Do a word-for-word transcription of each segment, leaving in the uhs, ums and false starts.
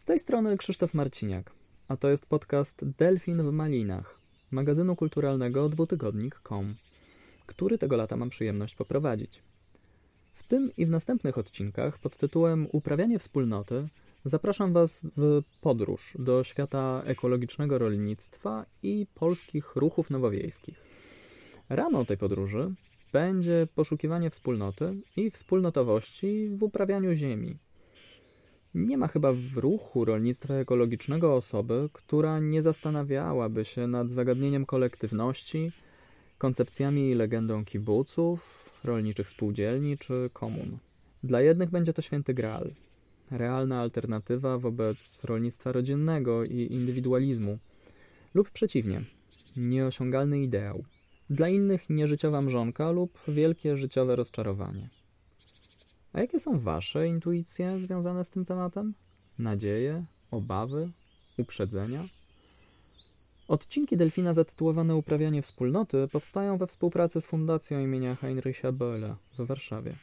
Z tej strony Krzysztof Marciniak, a to jest podcast Delfin w Malinach, magazynu kulturalnego dwutygodnik kropka com, który tego lata mam przyjemność poprowadzić. W tym i w następnych odcinkach pod tytułem Uprawianie wspólnoty zapraszam Was w podróż do świata ekologicznego rolnictwa i polskich ruchów nowowiejskich. Ramą tej podróży będzie poszukiwanie wspólnoty i wspólnotowości w uprawianiu ziemi. Nie ma chyba w ruchu rolnictwa ekologicznego osoby, która nie zastanawiałaby się nad zagadnieniem kolektywności, koncepcjami i legendą kibuców, rolniczych spółdzielni czy komun. Dla jednych będzie to święty graal, realna alternatywa wobec rolnictwa rodzinnego i indywidualizmu, lub przeciwnie, nieosiągalny ideał. Dla innych nieżyciowa mrzonka lub wielkie życiowe rozczarowanie. A jakie są Wasze intuicje związane z tym tematem? Nadzieje, obawy, uprzedzenia? Odcinki Delfina zatytułowane Uprawianie wspólnoty powstają we współpracy z Fundacją imienia Heinricha Bölla w Warszawie.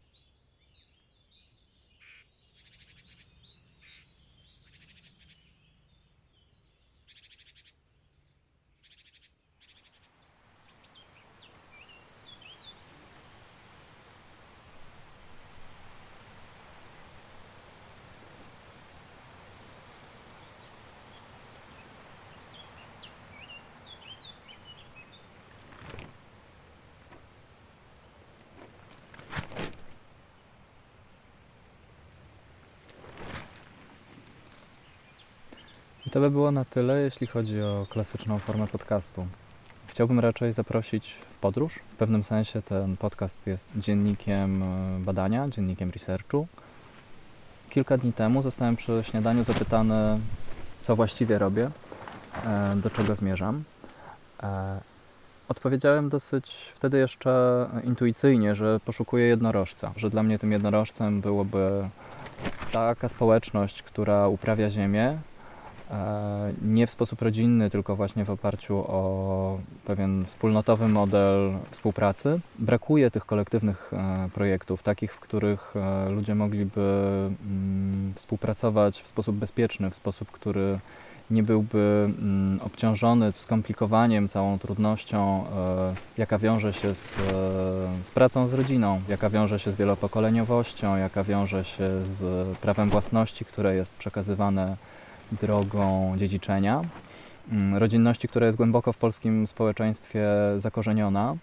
I to by było na tyle, jeśli chodzi o klasyczną formę podcastu. Chciałbym raczej zaprosić w podróż. W pewnym sensie ten podcast jest dziennikiem badania, dziennikiem researchu. Kilka dni temu zostałem przy śniadaniu zapytany, co właściwie robię, do czego zmierzam. Odpowiedziałem dosyć wtedy jeszcze intuicyjnie, że poszukuję jednorożca, że dla mnie tym jednorożcem byłoby taka społeczność, która uprawia ziemię, nie w sposób rodzinny, tylko właśnie w oparciu o pewien wspólnotowy model współpracy. Brakuje tych kolektywnych projektów, takich, w których ludzie mogliby współpracować w sposób bezpieczny, w sposób, który nie byłby obciążony skomplikowaniem, całą trudnością, jaka wiąże się z, z pracą z rodziną, jaka wiąże się z wielopokoleniowością, jaka wiąże się z prawem własności, które jest przekazywane drogą dziedziczenia, rodzinności, która jest głęboko w polskim społeczeństwie zakorzeniona.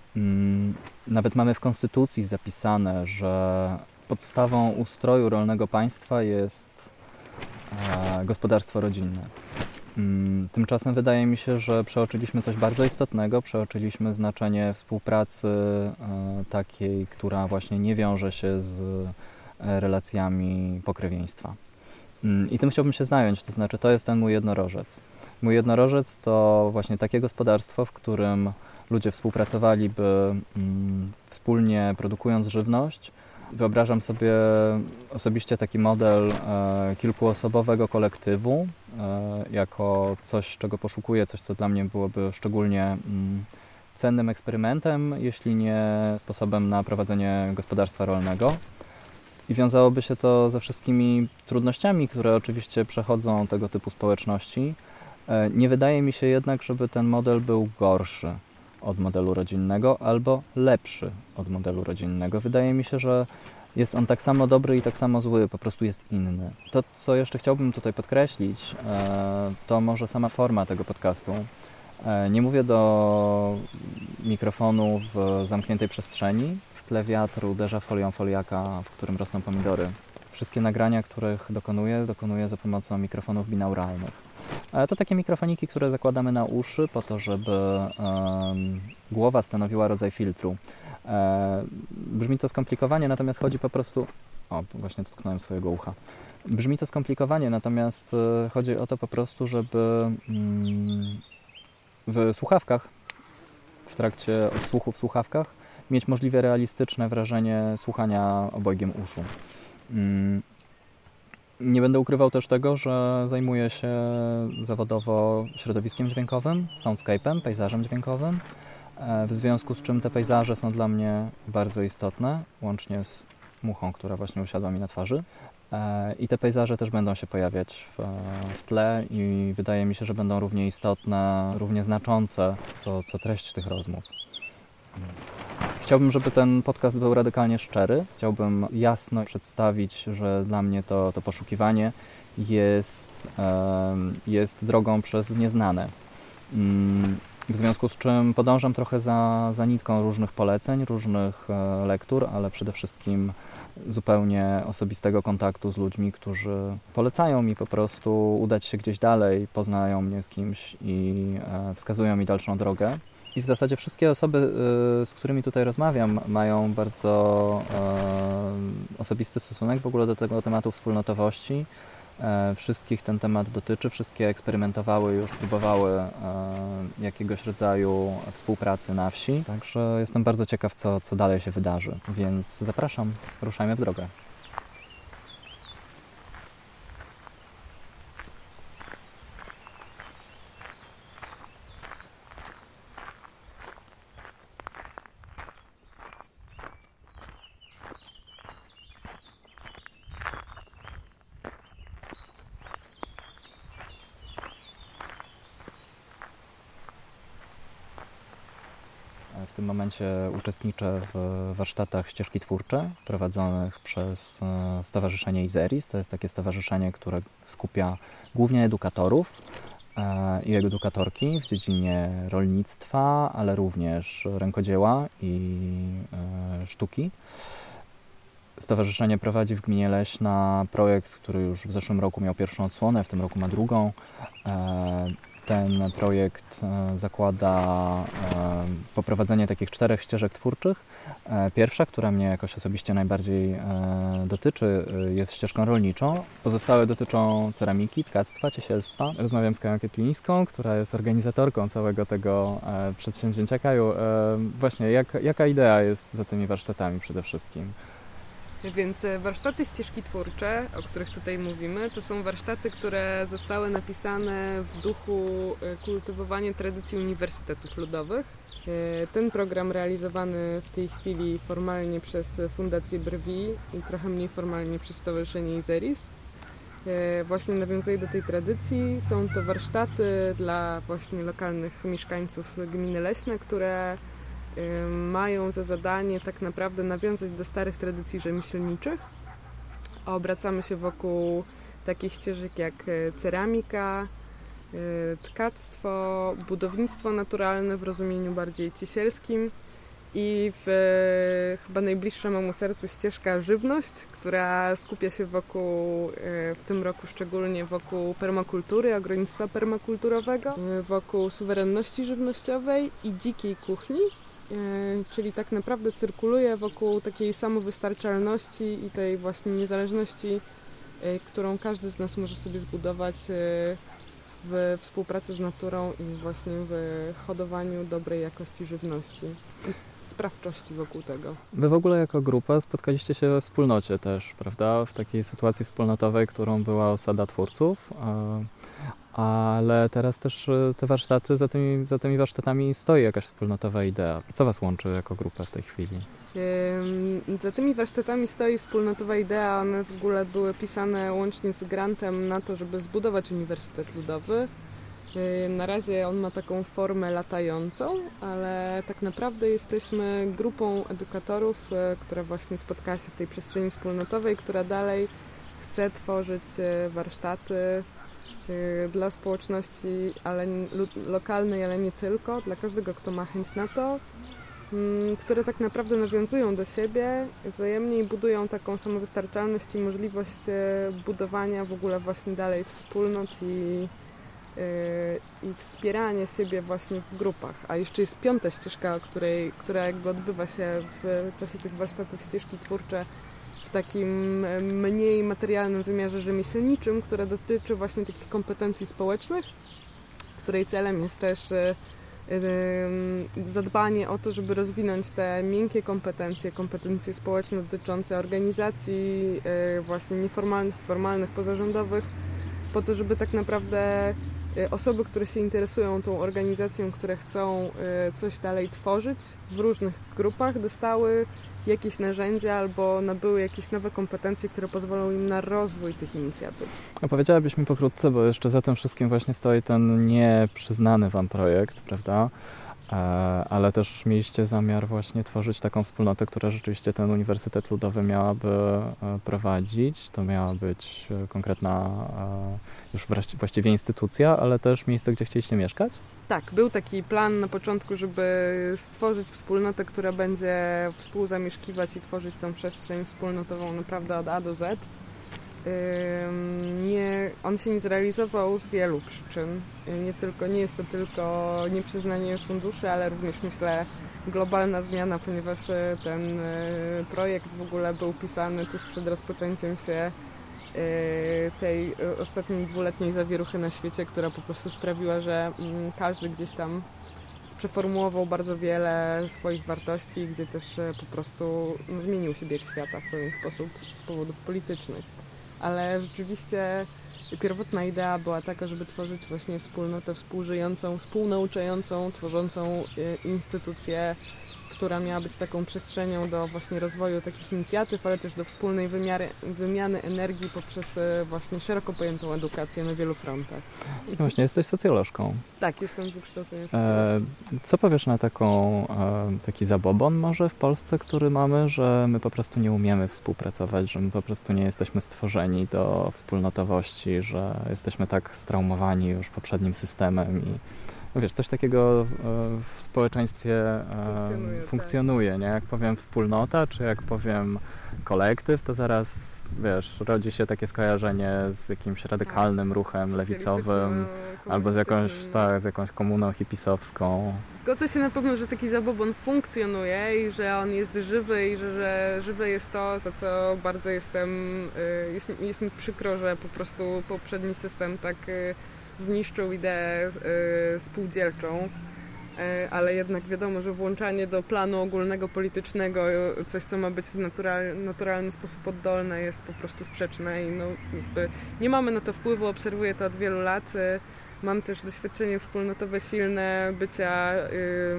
Nawet mamy w Konstytucji zapisane, że podstawą ustroju rolnego państwa jest gospodarstwo rodzinne. Tymczasem wydaje mi się, że przeoczyliśmy coś bardzo istotnego, przeoczyliśmy znaczenie współpracy takiej, która właśnie nie wiąże się z relacjami pokrewieństwa. I tym chciałbym się zająć, to znaczy to jest ten mój jednorożec. Mój jednorożec to właśnie takie gospodarstwo, w którym ludzie współpracowaliby mm, wspólnie produkując żywność. Wyobrażam sobie osobiście taki model e, kilkuosobowego kolektywu e, jako coś, czego poszukuję, coś, co dla mnie byłoby szczególnie mm, cennym eksperymentem, jeśli nie sposobem na prowadzenie gospodarstwa rolnego. I wiązałoby się to ze wszystkimi trudnościami, które oczywiście przechodzą tego typu społeczności. Nie wydaje mi się jednak, żeby ten model był gorszy od modelu rodzinnego albo lepszy od modelu rodzinnego. Wydaje mi się, że jest on tak samo dobry i tak samo zły, po prostu jest inny. To, co jeszcze chciałbym tutaj podkreślić, to może sama forma tego podcastu. Nie mówię do mikrofonu w zamkniętej przestrzeni. W tle wiatr uderza folią foliaka, w którym rosną pomidory. Wszystkie nagrania, których dokonuję, dokonuję za pomocą mikrofonów binauralnych. To takie mikrofoniki, które zakładamy na uszy po to, żeby um, głowa stanowiła rodzaj filtru. E, brzmi to skomplikowanie, natomiast chodzi po prostu... O, właśnie dotknąłem swojego ucha. Brzmi to skomplikowanie, natomiast e, chodzi o to po prostu, żeby mm, w słuchawkach, w trakcie odsłuchu w słuchawkach, mieć możliwie realistyczne wrażenie słuchania obojgiem uszu. Nie będę ukrywał też tego, że zajmuję się zawodowo środowiskiem dźwiękowym, soundscape'em, pejzażem dźwiękowym, w związku z czym te pejzaże są dla mnie bardzo istotne, łącznie z muchą, która właśnie usiadła mi na twarzy. I te pejzaże też będą się pojawiać w, w tle i wydaje mi się, że będą równie istotne, równie znaczące, co, co treść tych rozmów. Chciałbym, żeby ten podcast był radykalnie szczery. Chciałbym jasno przedstawić, że dla mnie to, to poszukiwanie jest, jest drogą przez nieznane. W związku z czym podążam trochę za, za nitką różnych poleceń, różnych lektur, ale przede wszystkim zupełnie osobistego kontaktu z ludźmi, którzy polecają mi po prostu udać się gdzieś dalej, poznają mnie z kimś i wskazują mi dalszą drogę. I w zasadzie wszystkie osoby, z którymi tutaj rozmawiam, mają bardzo osobisty stosunek w ogóle do tego tematu wspólnotowości. Wszystkich ten temat dotyczy, wszystkie eksperymentowały już, próbowały jakiegoś rodzaju współpracy na wsi. Także jestem bardzo ciekaw, co, co dalej się wydarzy, więc zapraszam, ruszajmy w drogę. W tym momencie uczestniczę w warsztatach ścieżki twórcze prowadzonych przez Stowarzyszenie Izeris. To jest takie stowarzyszenie, które skupia głównie edukatorów i edukatorki w dziedzinie rolnictwa, ale również rękodzieła i sztuki. Stowarzyszenie prowadzi w gminie Leśna projekt, który już w zeszłym roku miał pierwszą odsłonę, w tym roku ma drugą. Ten projekt zakłada poprowadzenie takich czterech ścieżek twórczych. Pierwsza, która mnie jakoś osobiście najbardziej dotyczy, jest ścieżką rolniczą. Pozostałe dotyczą ceramiki, tkactwa, ciesielstwa. Rozmawiam z Kają Kietlińską, która jest organizatorką całego tego przedsięwzięcia. Kaju, właśnie jak, jaka idea jest za tymi warsztatami przede wszystkim? Więc warsztaty ścieżki twórcze, o których tutaj mówimy, to są warsztaty, które zostały napisane w duchu kultywowania tradycji uniwersytetów ludowych. Ten program realizowany w tej chwili formalnie przez Fundację Brwi i trochę mniej formalnie przez Stowarzyszenie Izeris właśnie nawiązuje do tej tradycji. Są to warsztaty dla właśnie lokalnych mieszkańców gminy Leśne, które mają za zadanie tak naprawdę nawiązać do starych tradycji rzemieślniczych. Obracamy się wokół takich ścieżek jak ceramika, tkactwo, budownictwo naturalne w rozumieniu bardziej ciesielskim i w chyba najbliższa memu sercu ścieżka żywność, która skupia się wokół, w tym roku szczególnie wokół permakultury, ogrodnictwa permakulturowego, wokół suwerenności żywnościowej i dzikiej kuchni. Czyli tak naprawdę cyrkuluje wokół takiej samowystarczalności i tej właśnie niezależności, którą każdy z nas może sobie zbudować w współpracy z naturą i właśnie w hodowaniu dobrej jakości żywności i sprawczości wokół tego. Wy w ogóle jako grupa spotkaliście się we wspólnocie też, prawda? W takiej sytuacji wspólnotowej, którą była osada twórców. Ale teraz też te warsztaty, za tymi, za tymi warsztatami stoi jakaś wspólnotowa idea. Co Was łączy jako grupę w tej chwili? Za tymi warsztatami stoi wspólnotowa idea. One w ogóle były pisane łącznie z grantem na to, żeby zbudować Uniwersytet Ludowy. Na razie on ma taką formę latającą, ale tak naprawdę jesteśmy grupą edukatorów, która właśnie spotkała się w tej przestrzeni wspólnotowej, która dalej chce tworzyć warsztaty dla społeczności ale lokalnej, ale nie tylko, dla każdego, kto ma chęć na to, które tak naprawdę nawiązują do siebie wzajemnie i budują taką samowystarczalność i możliwość budowania w ogóle właśnie dalej wspólnot i, i wspierania siebie właśnie w grupach. A jeszcze jest piąta ścieżka, której, która jakby odbywa się w czasie tych warsztatów, ścieżki twórcze, w takim mniej materialnym wymiarze rzemieślniczym, które dotyczy właśnie takich kompetencji społecznych, której celem jest też zadbanie o to, żeby rozwinąć te miękkie kompetencje, kompetencje społeczne dotyczące organizacji właśnie nieformalnych i formalnych, pozarządowych, po to, żeby tak naprawdę osoby, które się interesują tą organizacją, które chcą coś dalej tworzyć w różnych grupach, dostały jakieś narzędzia albo nabyły jakieś nowe kompetencje, które pozwolą im na rozwój tych inicjatyw. Opowiedziałabyś mi pokrótce, bo jeszcze za tym wszystkim właśnie stoi ten nieprzyznany Wam projekt, prawda? Ale też mieliście zamiar właśnie tworzyć taką wspólnotę, która rzeczywiście ten Uniwersytet Ludowy miałaby prowadzić. To miała być konkretna już właściwie instytucja, ale też miejsce, gdzie chcieliście mieszkać? Tak, był taki plan na początku, żeby stworzyć wspólnotę, która będzie współzamieszkiwać i tworzyć tą przestrzeń wspólnotową naprawdę od A do Z. Nie, on się nie zrealizował z wielu przyczyn. Nie, tylko, nie jest to tylko nieprzyznanie funduszy, ale również myślę globalna zmiana, ponieważ ten projekt w ogóle był pisany tuż przed rozpoczęciem się tej ostatniej dwuletniej zawieruchy na świecie, która po prostu sprawiła, że każdy gdzieś tam przeformułował bardzo wiele swoich wartości, gdzie też po prostu no, zmienił się bieg świata w pewien sposób z powodów politycznych. Ale rzeczywiście pierwotna idea była taka, żeby tworzyć właśnie wspólnotę współżyjącą, współnauczającą, tworzącą instytucję, która miała być taką przestrzenią do właśnie rozwoju takich inicjatyw, ale też do wspólnej wymiary, wymiany energii poprzez właśnie szeroko pojętą edukację na wielu frontach. No właśnie, jesteś socjolożką. Tak, jestem z wykształcenia socjolożką. E, co powiesz na taką, e, taki zabobon może w Polsce, który mamy, że my po prostu nie umiemy współpracować, że my po prostu nie jesteśmy stworzeni do wspólnotowości, że jesteśmy tak straumowani już poprzednim systemem i wiesz, coś takiego w społeczeństwie funkcjonuje, funkcjonuje tak. Nie? Jak powiem wspólnota, czy jak powiem kolektyw, to zaraz, wiesz, rodzi się takie skojarzenie z jakimś radykalnym tak. ruchem lewicowym, albo z jakąś, tak, z jakąś komuną hipisowską. Zgodzę się na pewno, że taki zabobon funkcjonuje i że on jest żywy i że, że żywe jest to, za co bardzo jestem, jest, jest mi przykro, że po prostu poprzedni system tak zniszczył ideę y, spółdzielczą, y, ale jednak wiadomo, że włączanie do planu ogólnego politycznego coś, co ma być w natural, naturalny sposób oddolne, jest po prostu sprzeczne i no, jakby nie mamy na to wpływu, obserwuję to od wielu lat. Y, mam też doświadczenie wspólnotowe silne bycia y,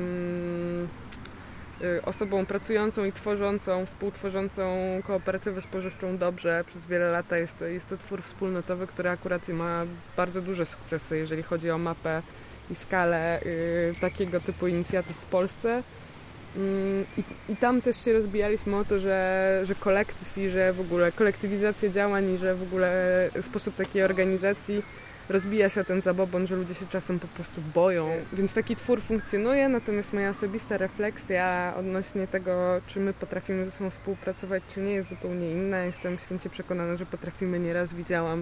y, osobą pracującą i tworzącą, współtworzącą kooperatywę spożywczą Dobrze. Przez wiele lat jest to, jest to twór wspólnotowy, który akurat ma bardzo duże sukcesy, jeżeli chodzi o mapę i skalę y, takiego typu inicjatyw w Polsce. Y, i, I tam też się rozbijaliśmy o to, że, że kolektyw i że w ogóle kolektywizacja działań i że w ogóle sposób takiej organizacji rozbija się o ten zabobon, że ludzie się czasem po prostu boją. Więc taki twór funkcjonuje, natomiast moja osobista refleksja odnośnie tego, czy my potrafimy ze sobą współpracować, czy nie, jest zupełnie inna. Jestem święcie przekonana, że potrafimy. Nieraz widziałam,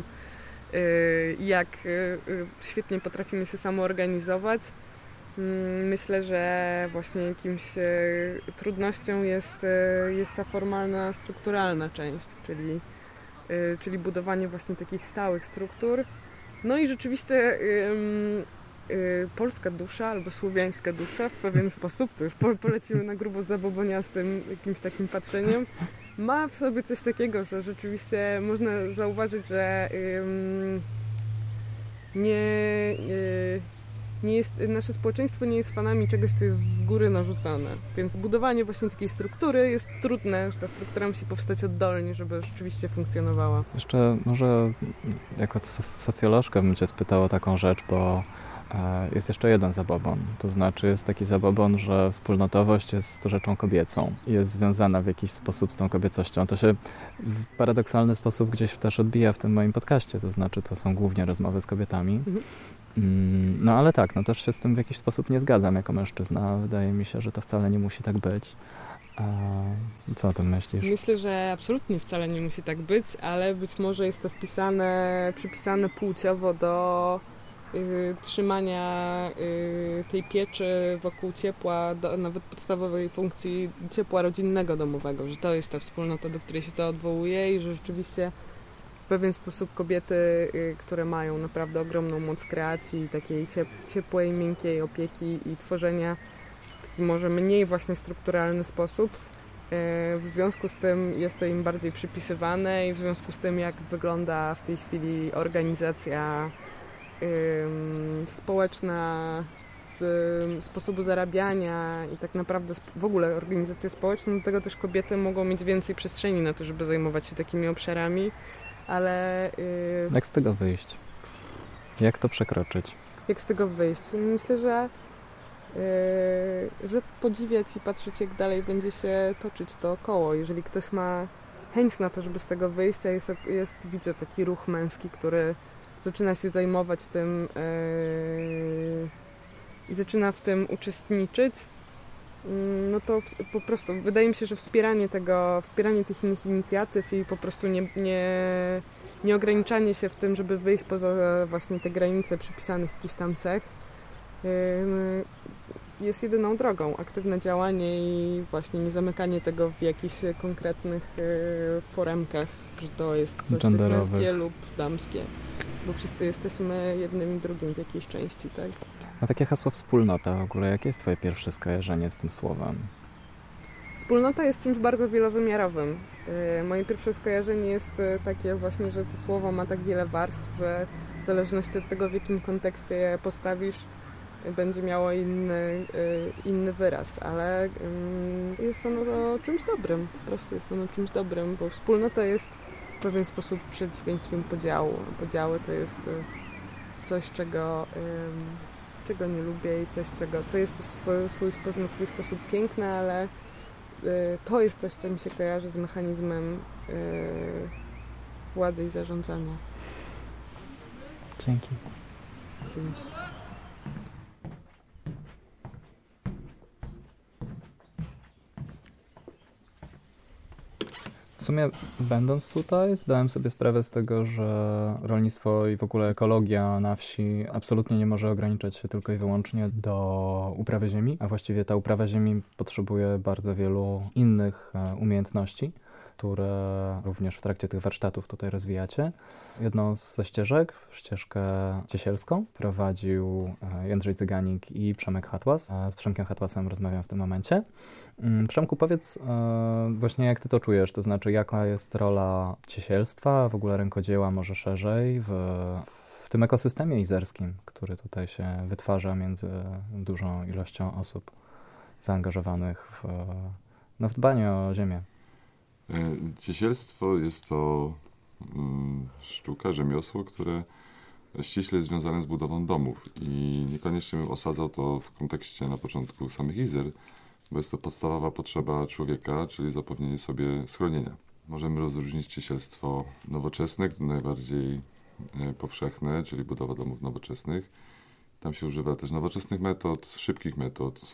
jak świetnie potrafimy się samoorganizować. Myślę, że właśnie jakimś trudnością jest, jest ta formalna, strukturalna część, czyli, czyli budowanie właśnie takich stałych struktur. No i rzeczywiście ym, y, polska dusza albo słowiańska dusza w pewien sposób, to już po, polecimy na grubo zaboboniastym jakimś takim patrzeniem, ma w sobie coś takiego, że rzeczywiście można zauważyć, że ym, nie, y, nie jest, nasze społeczeństwo nie jest fanami czegoś, co jest z góry narzucane. Więc budowanie właśnie takiej struktury jest trudne, że ta struktura musi powstać oddolnie, żeby rzeczywiście funkcjonowała. Jeszcze może jako socjolożka bym Cię spytał o taką rzecz, bo jest jeszcze jeden zabobon. To znaczy jest taki zabobon, że wspólnotowość jest rzeczą kobiecą i jest związana w jakiś sposób z tą kobiecością. To się w paradoksalny sposób gdzieś też odbija w tym moim podcaście. To znaczy to są głównie rozmowy z kobietami. Mhm. No ale tak, no też się z tym w jakiś sposób nie zgadzam jako mężczyzna. Wydaje mi się, że to wcale nie musi tak być. A co o tym myślisz? Myślę, że absolutnie wcale nie musi tak być, ale być może jest to wpisane, przypisane płciowo do y, trzymania y, tej pieczy wokół ciepła, do nawet podstawowej funkcji ciepła rodzinnego domowego, że to jest ta wspólnota, do której się to odwołuje i że rzeczywiście w pewien sposób kobiety, y, które mają naprawdę ogromną moc kreacji, takiej ciepłej, miękkiej opieki i tworzenia w może mniej właśnie strukturalny sposób, y, w związku z tym jest to im bardziej przypisywane i w związku z tym jak wygląda w tej chwili organizacja ym, społeczna, z ym, sposobu zarabiania i tak naprawdę sp- w ogóle organizacje społeczne, do tego też kobiety mogą mieć więcej przestrzeni na to, żeby zajmować się takimi obszarami, ale... Yy, Jak z tego wyjść? Jak to przekroczyć? Jak z tego wyjść? Myślę, że, yy, że podziwiać i patrzeć, jak dalej będzie się toczyć to koło. Jeżeli ktoś ma chęć na to, żeby z tego wyjść, a jest, jest widzę taki ruch męski, który zaczyna się zajmować tym yy, i zaczyna w tym uczestniczyć, yy, no to w, po prostu wydaje mi się, że wspieranie tego, wspieranie tych innych inicjatyw i po prostu nie, nie, nie ograniczanie się w tym, żeby wyjść poza właśnie te granice przypisanych jakichś tam cech, yy, jest jedyną drogą. Aktywne działanie i właśnie nie zamykanie tego w jakichś konkretnych yy, foremkach, że to jest coś, co jest męskie lub damskie, bo wszyscy jesteśmy jednym i drugim w jakiejś części, tak? A takie hasło wspólnota w ogóle, jakie jest twoje pierwsze skojarzenie z tym słowem? Wspólnota jest czymś bardzo wielowymiarowym. Yy, moje pierwsze skojarzenie jest takie właśnie, że to słowo ma tak wiele warstw, że w zależności od tego, w jakim kontekście je postawisz, będzie miało inny, inny wyraz, ale jest ono czymś dobrym, po prostu jest ono czymś dobrym, bo wspólnota jest w pewien sposób przeciwieństwem podziału. Podziały to jest coś, czego, czego nie lubię i coś, czego, co jest w swój, swój sposób, na swój sposób piękne, ale to jest coś, co mi się kojarzy z mechanizmem władzy i zarządzania. Dzięki. Dzięki. W sumie będąc tutaj zdałem sobie sprawę z tego, że rolnictwo i w ogóle ekologia na wsi absolutnie nie może ograniczać się tylko i wyłącznie do uprawy ziemi, a właściwie ta uprawa ziemi potrzebuje bardzo wielu innych umiejętności, które również w trakcie tych warsztatów tutaj rozwijacie. Jedną ze ścieżek, ścieżkę ciesielską, prowadził Jędrzej Cyganik i Przemek Hatłas. Z Przemkiem Hatłasem rozmawiam w tym momencie. Przemku, powiedz właśnie, jak ty to czujesz, to znaczy jaka jest rola ciesielstwa, w ogóle rękodzieła może szerzej w, w tym ekosystemie izerskim, który tutaj się wytwarza między dużą ilością osób zaangażowanych w, no, w dbanie o ziemię. Ciesielstwo jest to sztuka, rzemiosło, które ściśle jest związane z budową domów i niekoniecznie bym osadzał to w kontekście na początku samych Izer, bo jest to podstawowa potrzeba człowieka, czyli zapewnienie sobie schronienia. Możemy rozróżnić ciesielstwo nowoczesne, najbardziej powszechne, czyli budowa domów nowoczesnych. Tam się używa też nowoczesnych metod, szybkich metod.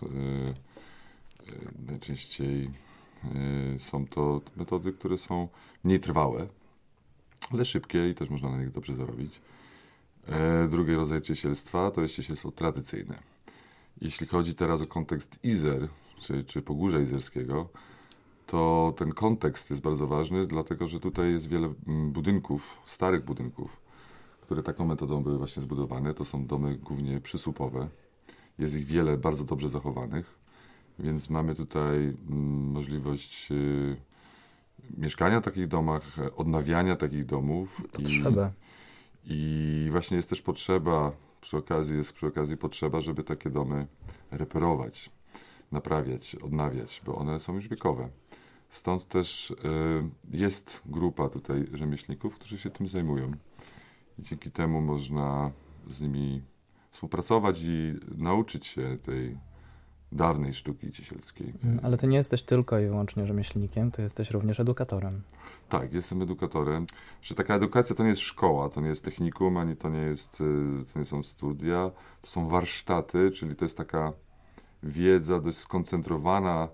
Najczęściej są to metody, które są mniej trwałe, ale szybkie i też można na nich dobrze zarobić. E, drugi rodzaj ciesielstwa to jest ciesielstwo tradycyjne. Jeśli chodzi teraz o kontekst Izer, czy, czy Pogórza Izerskiego, to ten kontekst jest bardzo ważny, dlatego że tutaj jest wiele budynków, starych budynków, które taką metodą były właśnie zbudowane. To są domy głównie przysłupowe. Jest ich wiele bardzo dobrze zachowanych, więc mamy tutaj mm, możliwość y, mieszkania w takich domach, odnawiania takich domów. Potrzebę. I, I właśnie jest też potrzeba, przy okazji jest przy okazji potrzeba, żeby takie domy reperować, naprawiać, odnawiać, bo one są już wiekowe. Stąd też y, jest grupa tutaj rzemieślników, którzy się tym zajmują. I dzięki temu można z nimi współpracować i nauczyć się tej dawnej sztuki ciesielskiej. Ale ty nie jesteś tylko i wyłącznie rzemieślnikiem, ty jesteś również edukatorem. Tak, jestem edukatorem. Że taka edukacja to nie jest szkoła, to nie jest technikum, ani to nie jest, to nie są studia, to są warsztaty, czyli to jest taka wiedza dość skoncentrowana,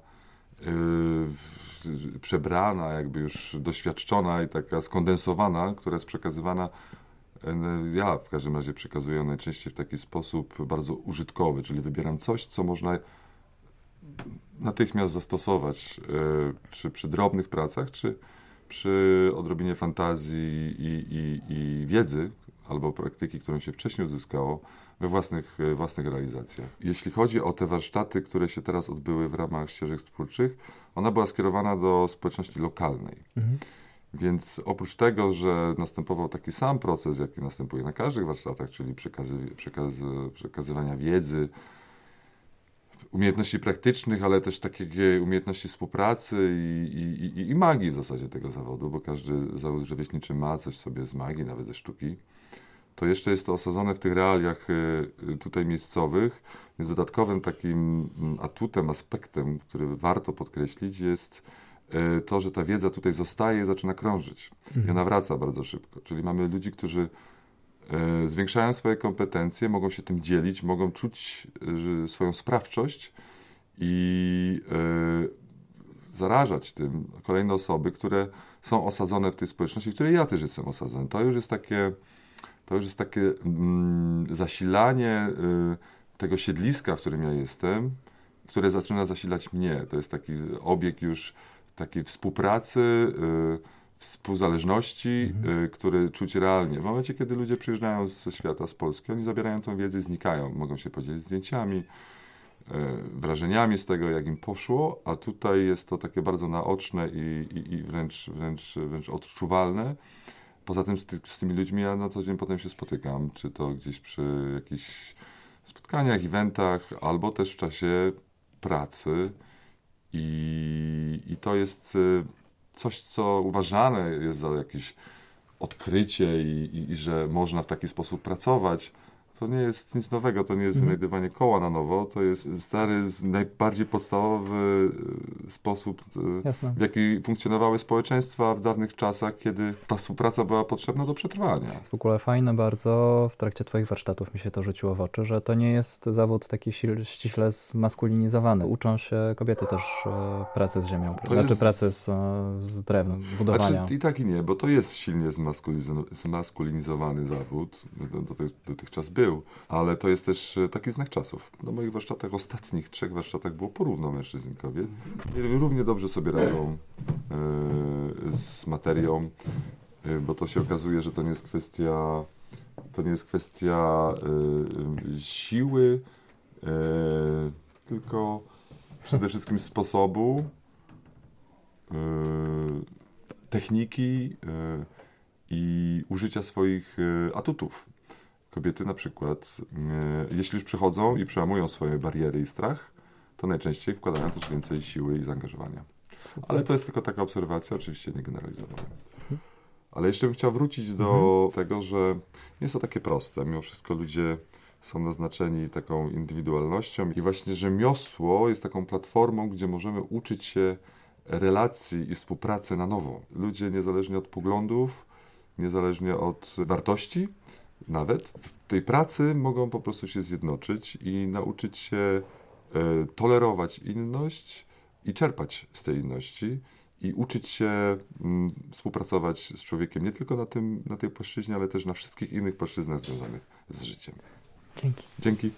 yy, przebrana, jakby już doświadczona i taka skondensowana, która jest przekazywana. Ja w każdym razie przekazuję najczęściej w taki sposób bardzo użytkowy, czyli wybieram coś, co można natychmiast zastosować, czy przy drobnych pracach, czy przy odrobinie fantazji i, i, i wiedzy, albo praktyki, którą się wcześniej uzyskało we własnych, własnych realizacjach. Jeśli chodzi o te warsztaty, które się teraz odbyły w ramach ścieżek twórczych, ona była skierowana do społeczności lokalnej. Mhm. Więc oprócz tego, że następował taki sam proces, jaki następuje na każdych warsztatach, czyli przekazy, przekazy, przekazywania wiedzy, umiejętności praktycznych, ale też takie umiejętności współpracy i, i, i, i magii w zasadzie tego zawodu, bo każdy zawód rzemieślniczy ma coś sobie z magii, nawet ze sztuki, to jeszcze jest to osadzone w tych realiach tutaj miejscowych, więc dodatkowym takim atutem, aspektem, który warto podkreślić, jest to, że ta wiedza tutaj zostaje i zaczyna krążyć. Mhm. I ona wraca bardzo szybko. Czyli mamy ludzi, którzy e, zwiększają swoje kompetencje, mogą się tym dzielić, mogą czuć e, swoją sprawczość i e, zarażać tym kolejne osoby, które są osadzone w tej społeczności, w której ja też jestem osadzony. To już jest takie, to już jest takie mm, zasilanie y, tego siedliska, w którym ja jestem, które zaczyna zasilać mnie. To jest taki obieg już takiej współpracy, y, współzależności, mhm. y, który czuć realnie. W momencie, kiedy ludzie przyjeżdżają ze świata, z Polski, oni zabierają tą wiedzę i znikają. Mogą się podzielić zdjęciami, y, wrażeniami z tego, jak im poszło, a tutaj jest to takie bardzo naoczne i, i, i wręcz, wręcz, wręcz odczuwalne. Poza tym z, ty, z tymi ludźmi ja na co dzień potem się spotykam, czy to gdzieś przy jakichś spotkaniach, eventach, albo też w czasie pracy. I, i to jest coś, co uważane jest za jakieś odkrycie i, i, i że można w taki sposób pracować. To nie jest nic nowego, to nie jest mhm. wynajdywanie koła na nowo, to jest stary, najbardziej podstawowy sposób, Jasne. w jaki funkcjonowały społeczeństwa w dawnych czasach, kiedy ta współpraca była potrzebna do przetrwania. W ogóle fajne bardzo, w trakcie twoich warsztatów mi się to rzuciło w oczy, że to nie jest zawód taki ściśle zmaskulinizowany. Uczą się kobiety też pracy z ziemią, to znaczy jest... pracy z, z drewnem, budowania. Znaczy, i tak i nie, bo to jest silnie zmaskulinizowany zawód, dotychczas był. Ale to jest też taki znak czasów. Na moich warsztatach, ostatnich trzech warsztatach było porówno mężczyzn i kobiet. I równie dobrze sobie radzą y, z materią, y, bo to się okazuje, że to nie jest kwestia to nie jest kwestia y, siły, y, tylko przede wszystkim sposobu, y, techniki y, i użycia swoich y, atutów. Kobiety na przykład, e, jeśli już przychodzą i przełamują swoje bariery i strach, to najczęściej wkładają też więcej siły i zaangażowania. Ale to jest tylko taka obserwacja, oczywiście nie generalizowana. Ale jeszcze bym chciał wrócić do mhm. tego, że nie jest to takie proste. Mimo wszystko ludzie są naznaczeni taką indywidualnością i właśnie rzemiosło jest taką platformą, gdzie możemy uczyć się relacji i współpracy na nowo. Ludzie niezależnie od poglądów, niezależnie od wartości, nawet w tej pracy mogą po prostu się zjednoczyć i nauczyć się e, tolerować inność i czerpać z tej inności i uczyć się m, współpracować z człowiekiem nie tylko na, tym, na tej płaszczyźnie, ale też na wszystkich innych płaszczyznach związanych z życiem. Dzięki. Dzięki.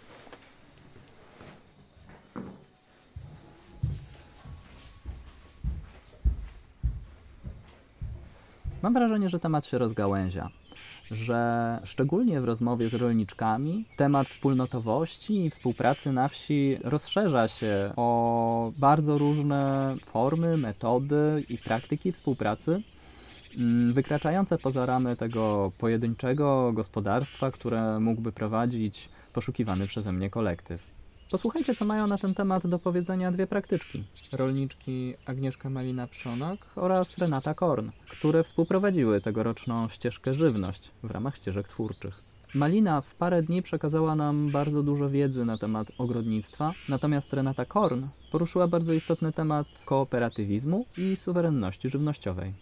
Mam wrażenie, że temat się rozgałęzia, że szczególnie w rozmowie z rolniczkami temat wspólnotowości i współpracy na wsi rozszerza się o bardzo różne formy, metody i praktyki współpracy, wykraczające poza ramy tego pojedynczego gospodarstwa, które mógłby prowadzić poszukiwany przeze mnie kolektyw. Posłuchajcie, co mają na ten temat do powiedzenia dwie praktyczki. Rolniczki Agnieszka Malina-Przonak oraz Renata Korn, które współprowadziły tegoroczną ścieżkę Żywność w ramach ścieżek twórczych. Malina w parę dni przekazała nam bardzo dużo wiedzy na temat ogrodnictwa, natomiast Renata Korn poruszyła bardzo istotny temat kooperatywizmu i suwerenności żywnościowej.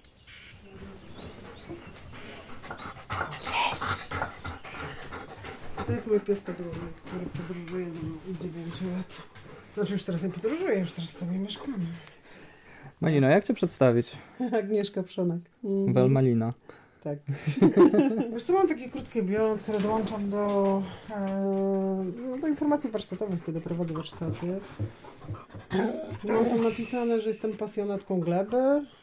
To jest mój pies podróżnik, który podróżuje ze mną od dziewięciu lat. Znaczy już teraz nie podróżuję, już teraz sobie mieszkamy. Malino, jak cię przedstawić? Agnieszka Przonak. Mm. Wel Malina. Tak. Wiesz co, mam takie krótkie bio, które dołączam do, e, do informacji warsztatowych, kiedy prowadzę warsztaty. Mam tam napisane, że jestem pasjonatką gleby,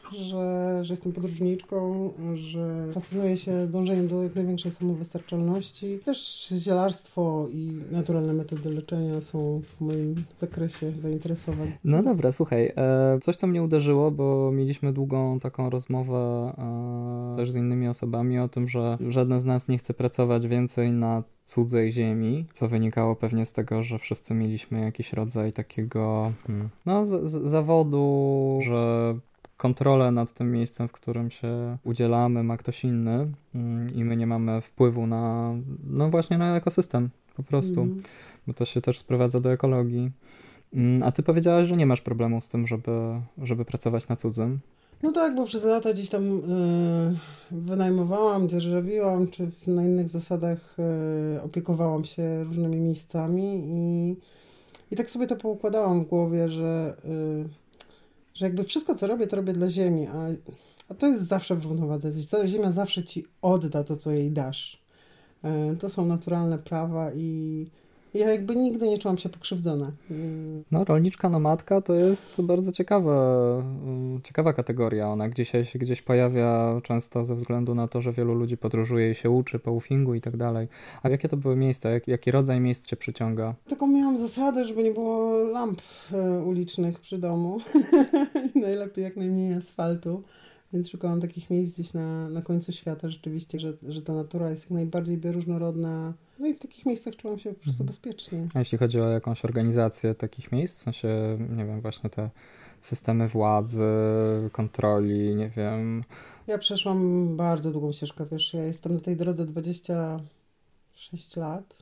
że, że jestem podróżniczką, że fascynuję się dążeniem do jak największej samowystarczalności. Też zielarstwo i naturalne metody leczenia są w moim zakresie zainteresowań. No dobra, słuchaj, e, coś co mnie uderzyło, bo mieliśmy długą taką rozmowę e, też z innymi osobami o tym, że żaden z nas nie chce pracować więcej na cudzej ziemi, co wynikało pewnie z tego, że wszyscy mieliśmy jakiś rodzaj takiego hmm, no, z, z, zawodu, że kontrolę nad tym miejscem, w którym się udzielamy, ma ktoś inny hmm, i my nie mamy wpływu na, no właśnie na ekosystem po prostu, mm. bo to się też sprowadza do ekologii. Hmm, a ty powiedziałaś, że nie masz problemu z tym, żeby, żeby pracować na cudzym. No tak, bo przez lata gdzieś tam yy, wynajmowałam, dzierżawiłam, czy na innych zasadach yy, opiekowałam się różnymi miejscami i, i tak sobie to poukładałam w głowie, że, yy, że jakby wszystko, co robię, to robię dla ziemi, a, a to jest zawsze w równowadze. Ziemia zawsze ci odda to, co jej dasz. Yy, to są naturalne prawa i ja jakby nigdy nie czułam się pokrzywdzona. No, rolniczka nomadka to jest bardzo ciekawa, ciekawa kategoria. Ona gdzieś się gdzieś pojawia często ze względu na to, że wielu ludzi podróżuje i się uczy po woofingu i tak dalej. A jakie to były miejsca? Jak, jaki rodzaj miejsc cię przyciąga? Taką miałam zasadę, żeby nie było lamp ulicznych przy domu. Najlepiej jak najmniej asfaltu. Więc szukałam takich miejsc gdzieś na, na końcu świata rzeczywiście, że, że ta natura jest jak najbardziej bioróżnorodna. No i w takich miejscach czułam się po prostu mhm. bezpiecznie. A jeśli chodzi o jakąś organizację takich miejsc, w sensie, nie wiem, właśnie te systemy władzy, kontroli, nie wiem. Ja przeszłam bardzo długą ścieżkę, wiesz, ja jestem na tej drodze dwadzieścia sześć lat.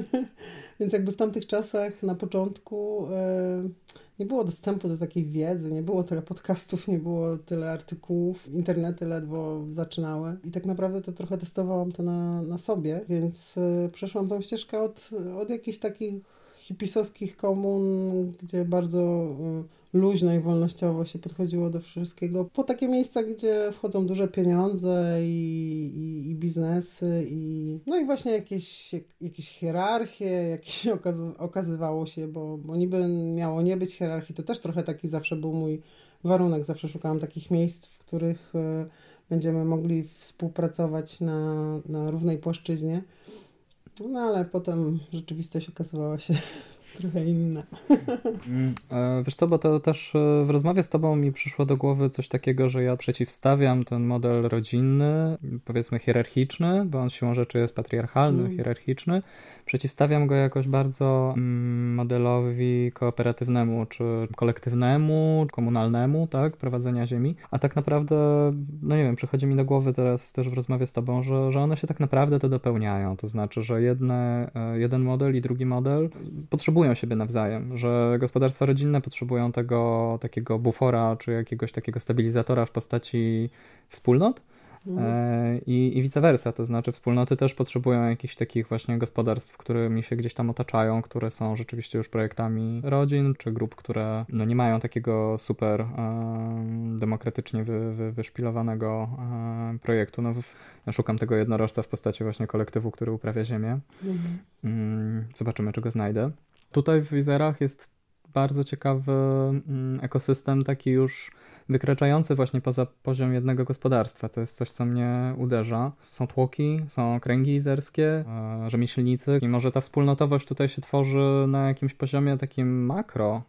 Więc jakby w tamtych czasach na początku e, nie było dostępu do takiej wiedzy, nie było tyle podcastów, nie było tyle artykułów, internety ledwo zaczynały i tak naprawdę to trochę testowałam to na, na sobie, więc e, przeszłam tą ścieżkę od, od jakichś takich hipisowskich komun, gdzie bardzo e, luźno i wolnościowo się podchodziło do wszystkiego, po takie miejsca, gdzie wchodzą duże pieniądze i, i, i biznesy i no i właśnie jakieś, jak, jakieś hierarchie, jakieś okaz, okazywało się, bo, bo niby miało nie być hierarchii, to też trochę taki zawsze był mój warunek, zawsze szukałam takich miejsc, w których y, będziemy mogli współpracować na, na równej płaszczyźnie, no ale potem rzeczywistość okazywała się trochę inna. Wiesz co, bo to też w rozmowie z tobą mi przyszło do głowy coś takiego, że ja przeciwstawiam ten model rodzinny, powiedzmy hierarchiczny, bo on siłą rzeczy jest patriarchalny, mm. hierarchiczny. Przeciwstawiam go jakoś bardzo mm, modelowi kooperatywnemu, czy kolektywnemu, komunalnemu, tak, prowadzenia ziemi. A tak naprawdę, no nie wiem, przychodzi mi do głowy teraz też w rozmowie z tobą, że, że one się tak naprawdę to dopełniają. To znaczy, że jedne, jeden model i drugi model potrzebują siebie nawzajem, że gospodarstwa rodzinne potrzebują tego takiego bufora, czy jakiegoś takiego stabilizatora w postaci wspólnot. Mhm. I, i vice versa, to znaczy wspólnoty też potrzebują jakichś takich właśnie gospodarstw, którymi się gdzieś tam otaczają, które są rzeczywiście już projektami rodzin, czy grup, które no, nie mają takiego super um, demokratycznie wy, wy, wyszpilowanego um, projektu. No, w, ja szukam tego jednorożca w postaci właśnie kolektywu, który uprawia ziemię. Mhm. Um, zobaczymy, czy go znajdę. Tutaj w Izerach jest bardzo ciekawy um, ekosystem, taki już wykraczający właśnie poza poziom jednego gospodarstwa. To jest coś, co mnie uderza. Są tłoki, są kręgi izerskie, e, rzemieślnicy i może ta wspólnotowość tutaj się tworzy na jakimś poziomie takim makro.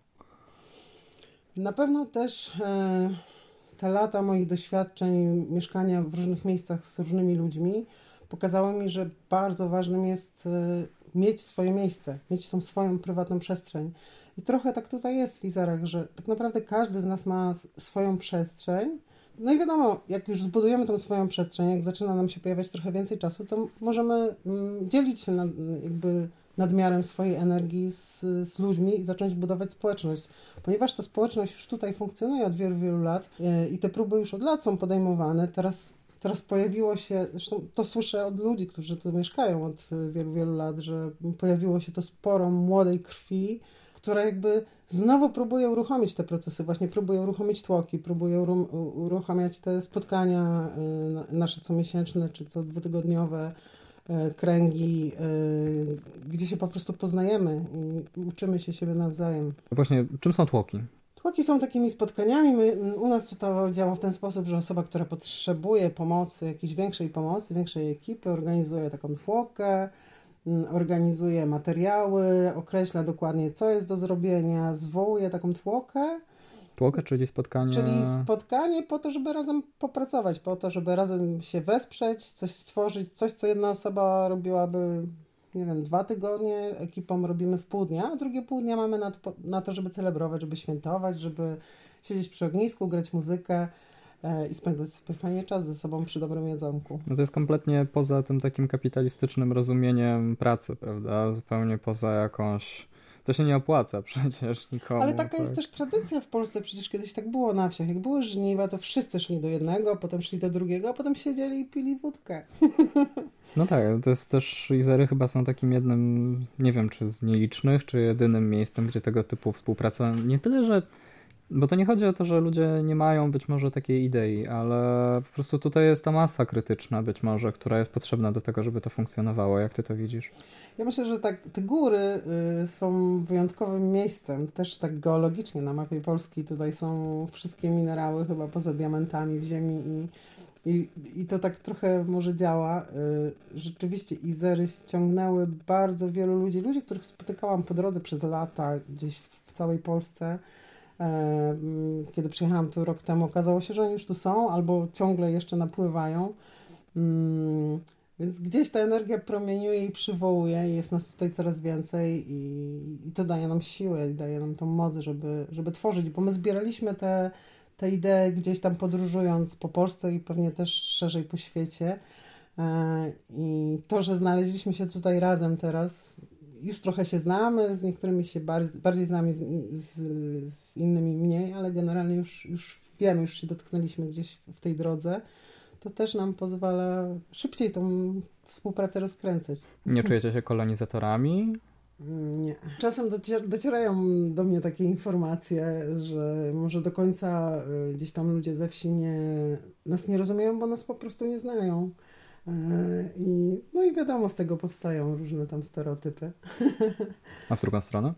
Na pewno też e, te lata moich doświadczeń, mieszkania w różnych miejscach z różnymi ludźmi pokazały mi, że bardzo ważnym jest e, mieć swoje miejsce, mieć tą swoją prywatną przestrzeń. I trochę tak tutaj jest w Izerach, że tak naprawdę każdy z nas ma swoją przestrzeń. No i wiadomo, jak już zbudujemy tą swoją przestrzeń, jak zaczyna nam się pojawiać trochę więcej czasu, to możemy dzielić się nad, jakby nadmiarem swojej energii z, z ludźmi i zacząć budować społeczność. Ponieważ ta społeczność już tutaj funkcjonuje od wielu, wielu lat i te próby już od lat są podejmowane, teraz Teraz pojawiło się, zresztą to słyszę od ludzi, którzy tu mieszkają od wielu, wielu lat, że pojawiło się to sporo młodej krwi, która jakby znowu próbuje uruchomić te procesy, właśnie próbuje uruchomić tłoki, próbuje uruchamiać te spotkania nasze comiesięczne czy co dwutygodniowe, kręgi, gdzie się po prostu poznajemy i uczymy się siebie nawzajem. Właśnie, czym są tłoki? Walki są takimi spotkaniami. My, u nas to działa w ten sposób, że osoba, która potrzebuje pomocy, jakiejś większej pomocy, większej ekipy, organizuje taką tłokę, organizuje materiały, określa dokładnie, co jest do zrobienia, zwołuje taką tłokę. Tłokę, czyli spotkanie... Czyli spotkanie po to, żeby razem popracować, po to, żeby razem się wesprzeć, coś stworzyć, coś, co jedna osoba robiłaby, nie wiem, dwa tygodnie, ekipą robimy w pół dnia, a drugie pół dnia mamy na to, na to żeby celebrować, żeby świętować, żeby siedzieć przy ognisku, grać muzykę e, i spędzać sobie fajnie czas ze sobą przy dobrym jedzonku. No to jest kompletnie poza tym takim kapitalistycznym rozumieniem pracy, prawda? Zupełnie poza jakąś... To się nie opłaca przecież nikomu. Ale taka tak. jest też tradycja w Polsce, przecież kiedyś tak było na wsiach. Jak były żniwa, to wszyscy szli do jednego, potem szli do drugiego, a potem siedzieli i pili wódkę. No tak, to jest też, Izery chyba są takim jednym, nie wiem czy z nielicznych, czy jedynym miejscem, gdzie tego typu współpraca, nie tyle, że, bo to nie chodzi o to, że ludzie nie mają być może takiej idei, ale po prostu tutaj jest ta masa krytyczna być może, która jest potrzebna do tego, żeby to funkcjonowało. Jak ty to widzisz? Ja myślę, że tak, te góry y, są wyjątkowym miejscem, też tak geologicznie na mapie Polski tutaj są wszystkie minerały chyba poza diamentami w ziemi i, i, i to tak trochę może działa. Y, rzeczywiście Izery ściągnęły bardzo wielu ludzi, ludzi, których spotykałam po drodze przez lata gdzieś w, w całej Polsce. Y, kiedy przyjechałam tu rok temu, okazało się, że oni już tu są albo ciągle jeszcze napływają. Y, Więc gdzieś ta energia promieniuje i przywołuje i jest nas tutaj coraz więcej i, i to daje nam siłę i daje nam tą moc, żeby, żeby tworzyć, bo my zbieraliśmy te, te idee gdzieś tam podróżując po Polsce i pewnie też szerzej po świecie i to, że znaleźliśmy się tutaj razem teraz, już trochę się znamy, z niektórymi się bardziej, bardziej znamy, z, z, z innymi mniej, ale generalnie już, już wiemy, już się dotknęliśmy gdzieś w tej drodze. To też nam pozwala szybciej tą współpracę rozkręcać. Nie czujecie się kolonizatorami? Nie. Czasem docier- docierają do mnie takie informacje, że może do końca gdzieś tam ludzie ze wsi nie, nas nie rozumieją, bo nas po prostu nie znają. I, no i wiadomo, z tego powstają różne tam stereotypy. A w drugą stronę?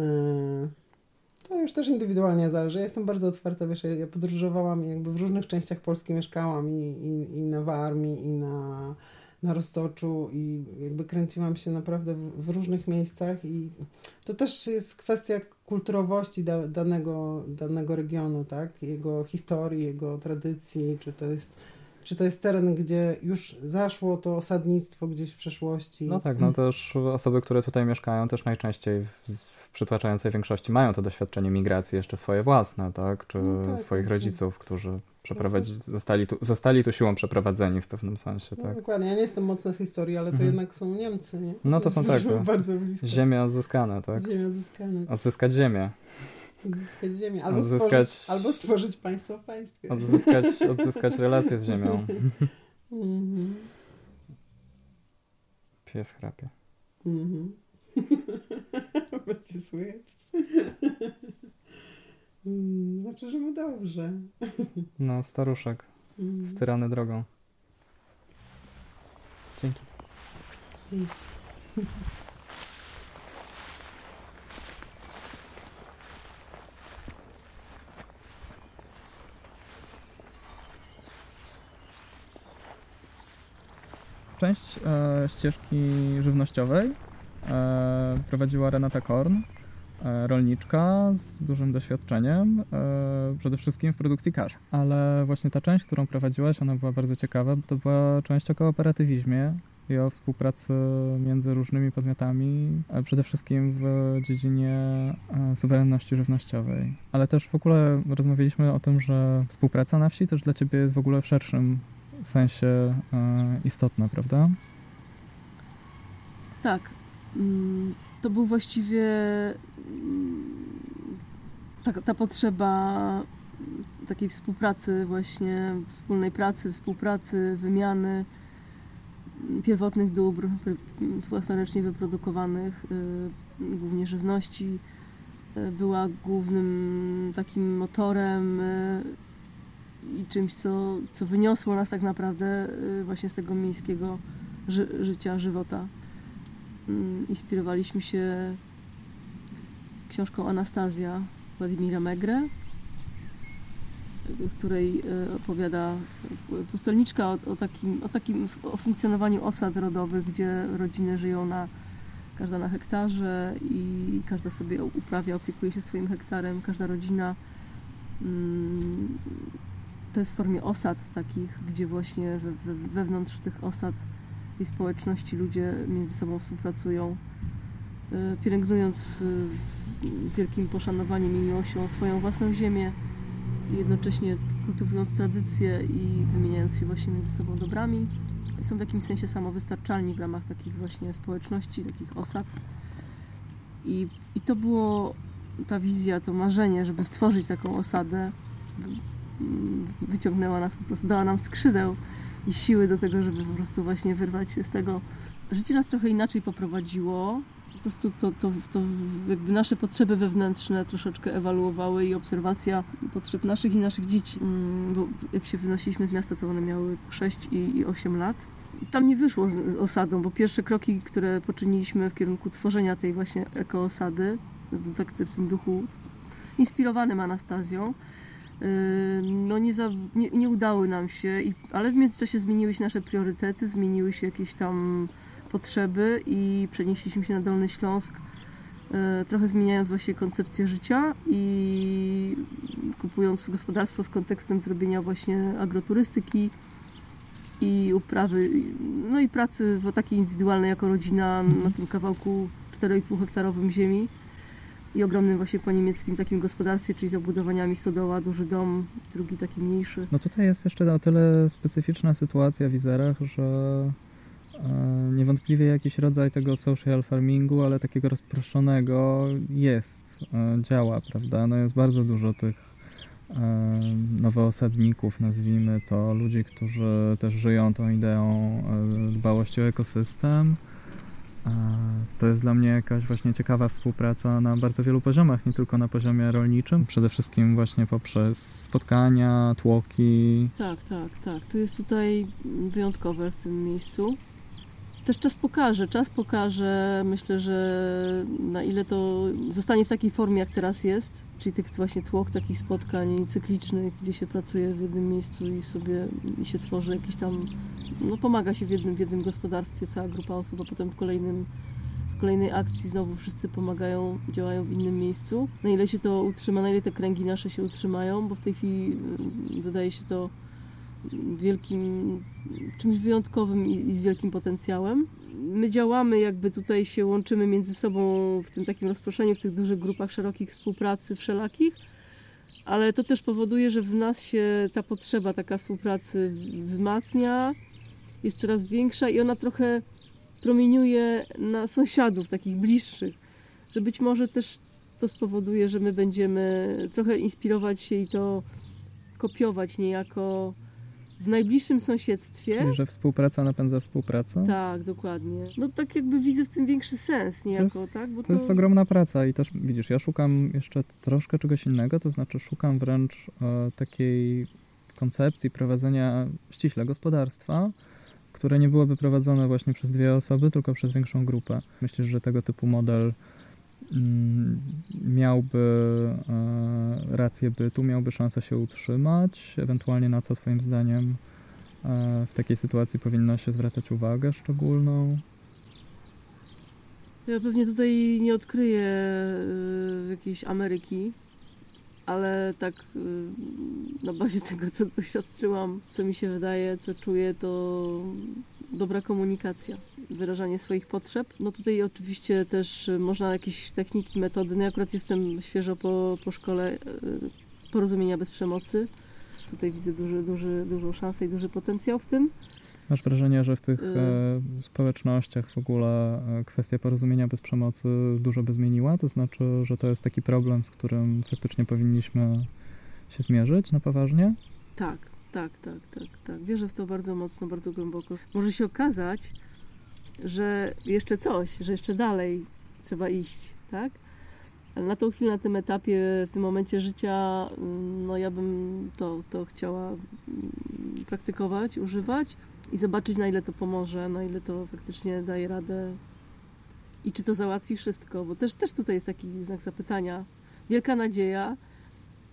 To już też indywidualnie zależy. Ja jestem bardzo otwarta, wiesz, ja podróżowałam i jakby w różnych częściach Polski mieszkałam i, i, i na Warmii, i na, na Roztoczu i jakby kręciłam się naprawdę w, w różnych miejscach i to też jest kwestia kulturowości da, danego, danego regionu, tak? Jego historii, jego tradycji, czy to jest... Czy to jest teren, gdzie już zaszło to osadnictwo gdzieś w przeszłości? No tak, no też osoby, które tutaj mieszkają też najczęściej w, w przytłaczającej większości mają to doświadczenie migracji jeszcze swoje własne, tak? Czy no tak, swoich tak, rodziców, którzy przeprowadzi, zostali, tu, zostali tu siłą przeprowadzeni w pewnym sensie, no tak? Dokładnie, ja nie jestem mocna z historii, ale to Mhm. jednak są Niemcy, nie? No to są tak, to bardzo blisko. Ziemia odzyskana, tak? Ziemia odzyskana. Odzyskać ziemię. Odzyskać ziemię. Albo, Odzyskać... stworzyć, albo stworzyć państwo w państwie. Odzyskać, odzyskać relacje z ziemią. Mhm. Pies chrapie. Mhm. Będzie słychać. Znaczy, że mu dobrze. No, staruszek. Styrany drogą. Dzięki. Część e, ścieżki żywnościowej e, prowadziła Renata Korn, e, rolniczka z dużym doświadczeniem, e, przede wszystkim w produkcji kasz. Ale właśnie ta część, którą prowadziłaś, ona była bardzo ciekawa, bo to była część o kooperatywizmie i o współpracy między różnymi podmiotami, e, przede wszystkim w dziedzinie e, suwerenności żywnościowej. Ale też w ogóle rozmawialiśmy o tym, że współpraca na wsi też dla Ciebie jest w ogóle w szerszym sensie e, istotna, prawda? Tak. To był właściwie ta, ta potrzeba takiej współpracy właśnie, wspólnej pracy, współpracy, wymiany pierwotnych dóbr własnoręcznie wyprodukowanych, głównie żywności, była głównym takim motorem i czymś, co, co wyniosło nas tak naprawdę właśnie z tego miejskiego ży- życia, żywota. Inspirowaliśmy się książką Anastazja Władimira Megre w której opowiada pustelniczka o, o, takim, o takim o funkcjonowaniu osad rodowych, gdzie rodziny żyją na każda na hektarze i każda sobie uprawia, opiekuje się swoim hektarem, każda rodzina. To jest w formie osad takich, gdzie właśnie we, we, wewnątrz tych osad i społeczności ludzie między sobą współpracują, pielęgnując z wielkim poszanowaniem i miłością swoją własną ziemię, jednocześnie kultywując tradycje i wymieniając się właśnie między sobą dobrami. Są w jakimś sensie samowystarczalni w ramach takich właśnie społeczności, takich osad. I, i to było ta wizja, to marzenie, żeby stworzyć taką osadę, wyciągnęła nas po prostu, dała nam skrzydeł i siły do tego, żeby po prostu właśnie wyrwać się z tego. Życie nas trochę inaczej poprowadziło. Po prostu to, to, to jakby nasze potrzeby wewnętrzne troszeczkę ewaluowały i obserwacja potrzeb naszych i naszych dzieci. Bo jak się wynosiliśmy z miasta, to one miały sześć i osiem lat. Tam nie wyszło z, z osadą, bo pierwsze kroki, które poczyniliśmy w kierunku tworzenia tej właśnie ekoosady, tak w tym duchu inspirowanym Anastazją, no nie, za, nie, nie udały nam się, i, ale w międzyczasie zmieniły się nasze priorytety, zmieniły się jakieś tam potrzeby i przenieśliśmy się na Dolny Śląsk, trochę zmieniając właśnie koncepcję życia i kupując gospodarstwo z kontekstem zrobienia właśnie agroturystyki i uprawy, no i pracy w takiej indywidualnej jako rodzina na tym kawałku cztery i pół hektarowym ziemi i ogromnym właśnie po niemieckim takim gospodarstwie, czyli z obudowaniami stodoła, duży dom, drugi taki mniejszy. No tutaj jest jeszcze o tyle specyficzna sytuacja w Izerach, że e, niewątpliwie jakiś rodzaj tego social farmingu, ale takiego rozproszonego jest, e, działa, prawda? No jest bardzo dużo tych e, nowoosadników, nazwijmy to, ludzi, którzy też żyją tą ideą e, dbałości o ekosystem. To jest dla mnie jakaś właśnie ciekawa współpraca na bardzo wielu poziomach, nie tylko na poziomie rolniczym, przede wszystkim właśnie poprzez spotkania, tłoki. Tak, tak, tak. To jest tutaj wyjątkowe w tym miejscu. Też czas pokaże, czas pokaże, myślę, że na ile to zostanie w takiej formie, jak teraz jest, czyli tych właśnie tłok, takich spotkań cyklicznych, gdzie się pracuje w jednym miejscu i sobie i się tworzy jakiś tam, no pomaga się w jednym, w jednym gospodarstwie cała grupa osób, a potem w kolejnym, w kolejnej akcji znowu wszyscy pomagają, działają w innym miejscu. Na ile się to utrzyma, na ile te kręgi nasze się utrzymają, bo w tej chwili wydaje się to wielkim, czymś wyjątkowym i, i z wielkim potencjałem. My działamy, jakby tutaj się łączymy między sobą w tym takim rozproszeniu, w tych dużych grupach szerokich współpracy wszelakich, ale to też powoduje, że w nas się ta potrzeba taka współpracy wzmacnia, jest coraz większa i ona trochę promieniuje na sąsiadów takich bliższych, że być może też to spowoduje, że my będziemy trochę inspirować się i to kopiować niejako w najbliższym sąsiedztwie. Czyli, że współpraca napędza współpracę? Tak, dokładnie. No tak jakby widzę w tym większy sens niejako, to jest, tak? Bo to, to jest ogromna praca i też widzisz, ja szukam jeszcze troszkę czegoś innego, to znaczy szukam wręcz e, takiej koncepcji prowadzenia ściśle gospodarstwa, które nie byłoby prowadzone właśnie przez dwie osoby, tylko przez większą grupę. Myślę, że tego typu model mm, miałby e, rację bytu, miałby szansę się utrzymać, ewentualnie na co twoim zdaniem e, w takiej sytuacji powinno się zwracać uwagę szczególną? Ja pewnie tutaj nie odkryję y, jakiejś Ameryki, ale tak y, na bazie tego, co doświadczyłam, co mi się wydaje, co czuję, to dobra komunikacja, wyrażanie swoich potrzeb. No tutaj oczywiście też można jakieś techniki, metody. No ja akurat jestem świeżo po, po szkole y, porozumienia bez przemocy. Tutaj widzę duży, duży, dużą szansę i duży potencjał w tym. Masz wrażenie, że w tych y- e, społecznościach w ogóle e, kwestia porozumienia bez przemocy dużo by zmieniła? To znaczy, że to jest taki problem, z którym faktycznie powinniśmy się zmierzyć na poważnie? Tak, tak, tak, tak, tak. Wierzę w to bardzo mocno, bardzo głęboko. Może się okazać, że jeszcze coś, że jeszcze dalej trzeba iść, tak? Ale na tą chwilę, na tym etapie, w tym momencie życia, no ja bym to, to chciała praktykować, używać i zobaczyć, na ile to pomoże, na ile to faktycznie daje radę i czy to załatwi wszystko, bo też, też tutaj jest taki znak zapytania. Wielka nadzieja,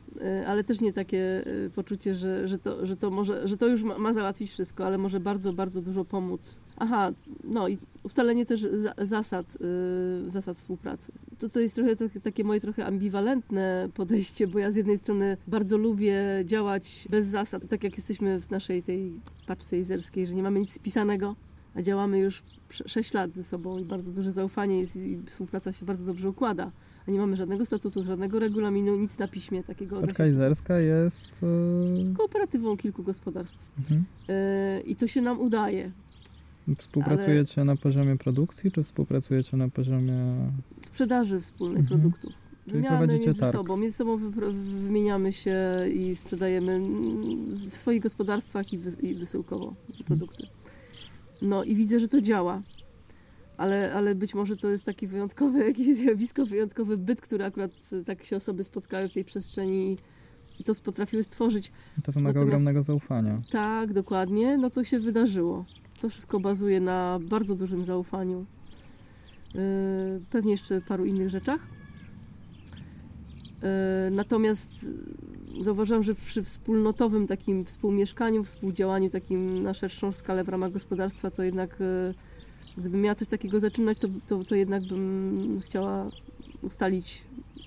ale też nie takie poczucie, że, że, to, że, to, może, że to już ma, ma załatwić wszystko, ale może bardzo, bardzo dużo pomóc. Aha, no i ustalenie też za, zasad, yy, zasad współpracy. To, to jest trochę, trochę takie moje trochę ambiwalentne podejście, bo ja z jednej strony bardzo lubię działać bez zasad, tak jak jesteśmy w naszej tej paczce izerskiej, że nie mamy nic spisanego, a działamy już sześć lat ze sobą i bardzo duże zaufanie jest i współpraca się bardzo dobrze układa. A nie mamy żadnego statutu, żadnego regulaminu, nic na piśmie takiego. Paczka izerska jest... Yy... kooperatywą kilku gospodarstw. Mhm. Yy, I to się nam udaje. Współpracujecie ale... na poziomie produkcji, czy współpracujecie na poziomie... sprzedaży wspólnych mhm. produktów. Czyli Wymiany między targ. sobą. Między sobą wymieniamy się i sprzedajemy w swoich gospodarstwach i, wy, i wysyłkowo produkty. No i widzę, że to działa. Ale, ale być może to jest taki wyjątkowy, jakieś zjawisko, wyjątkowy byt, który akurat tak się osoby spotkały w tej przestrzeni i to potrafiły stworzyć. To wymaga Natomiast, ogromnego zaufania. Tak, dokładnie. No to się wydarzyło. To wszystko bazuje na bardzo dużym zaufaniu. Yy, pewnie jeszcze paru innych rzeczach. Yy, natomiast zauważyłam, że przy wspólnotowym takim współmieszkaniu, współdziałaniu takim na szerszą skalę w ramach gospodarstwa, to jednak yy, gdybym miała coś takiego zaczynać, to, to, to jednak bym chciała ustalić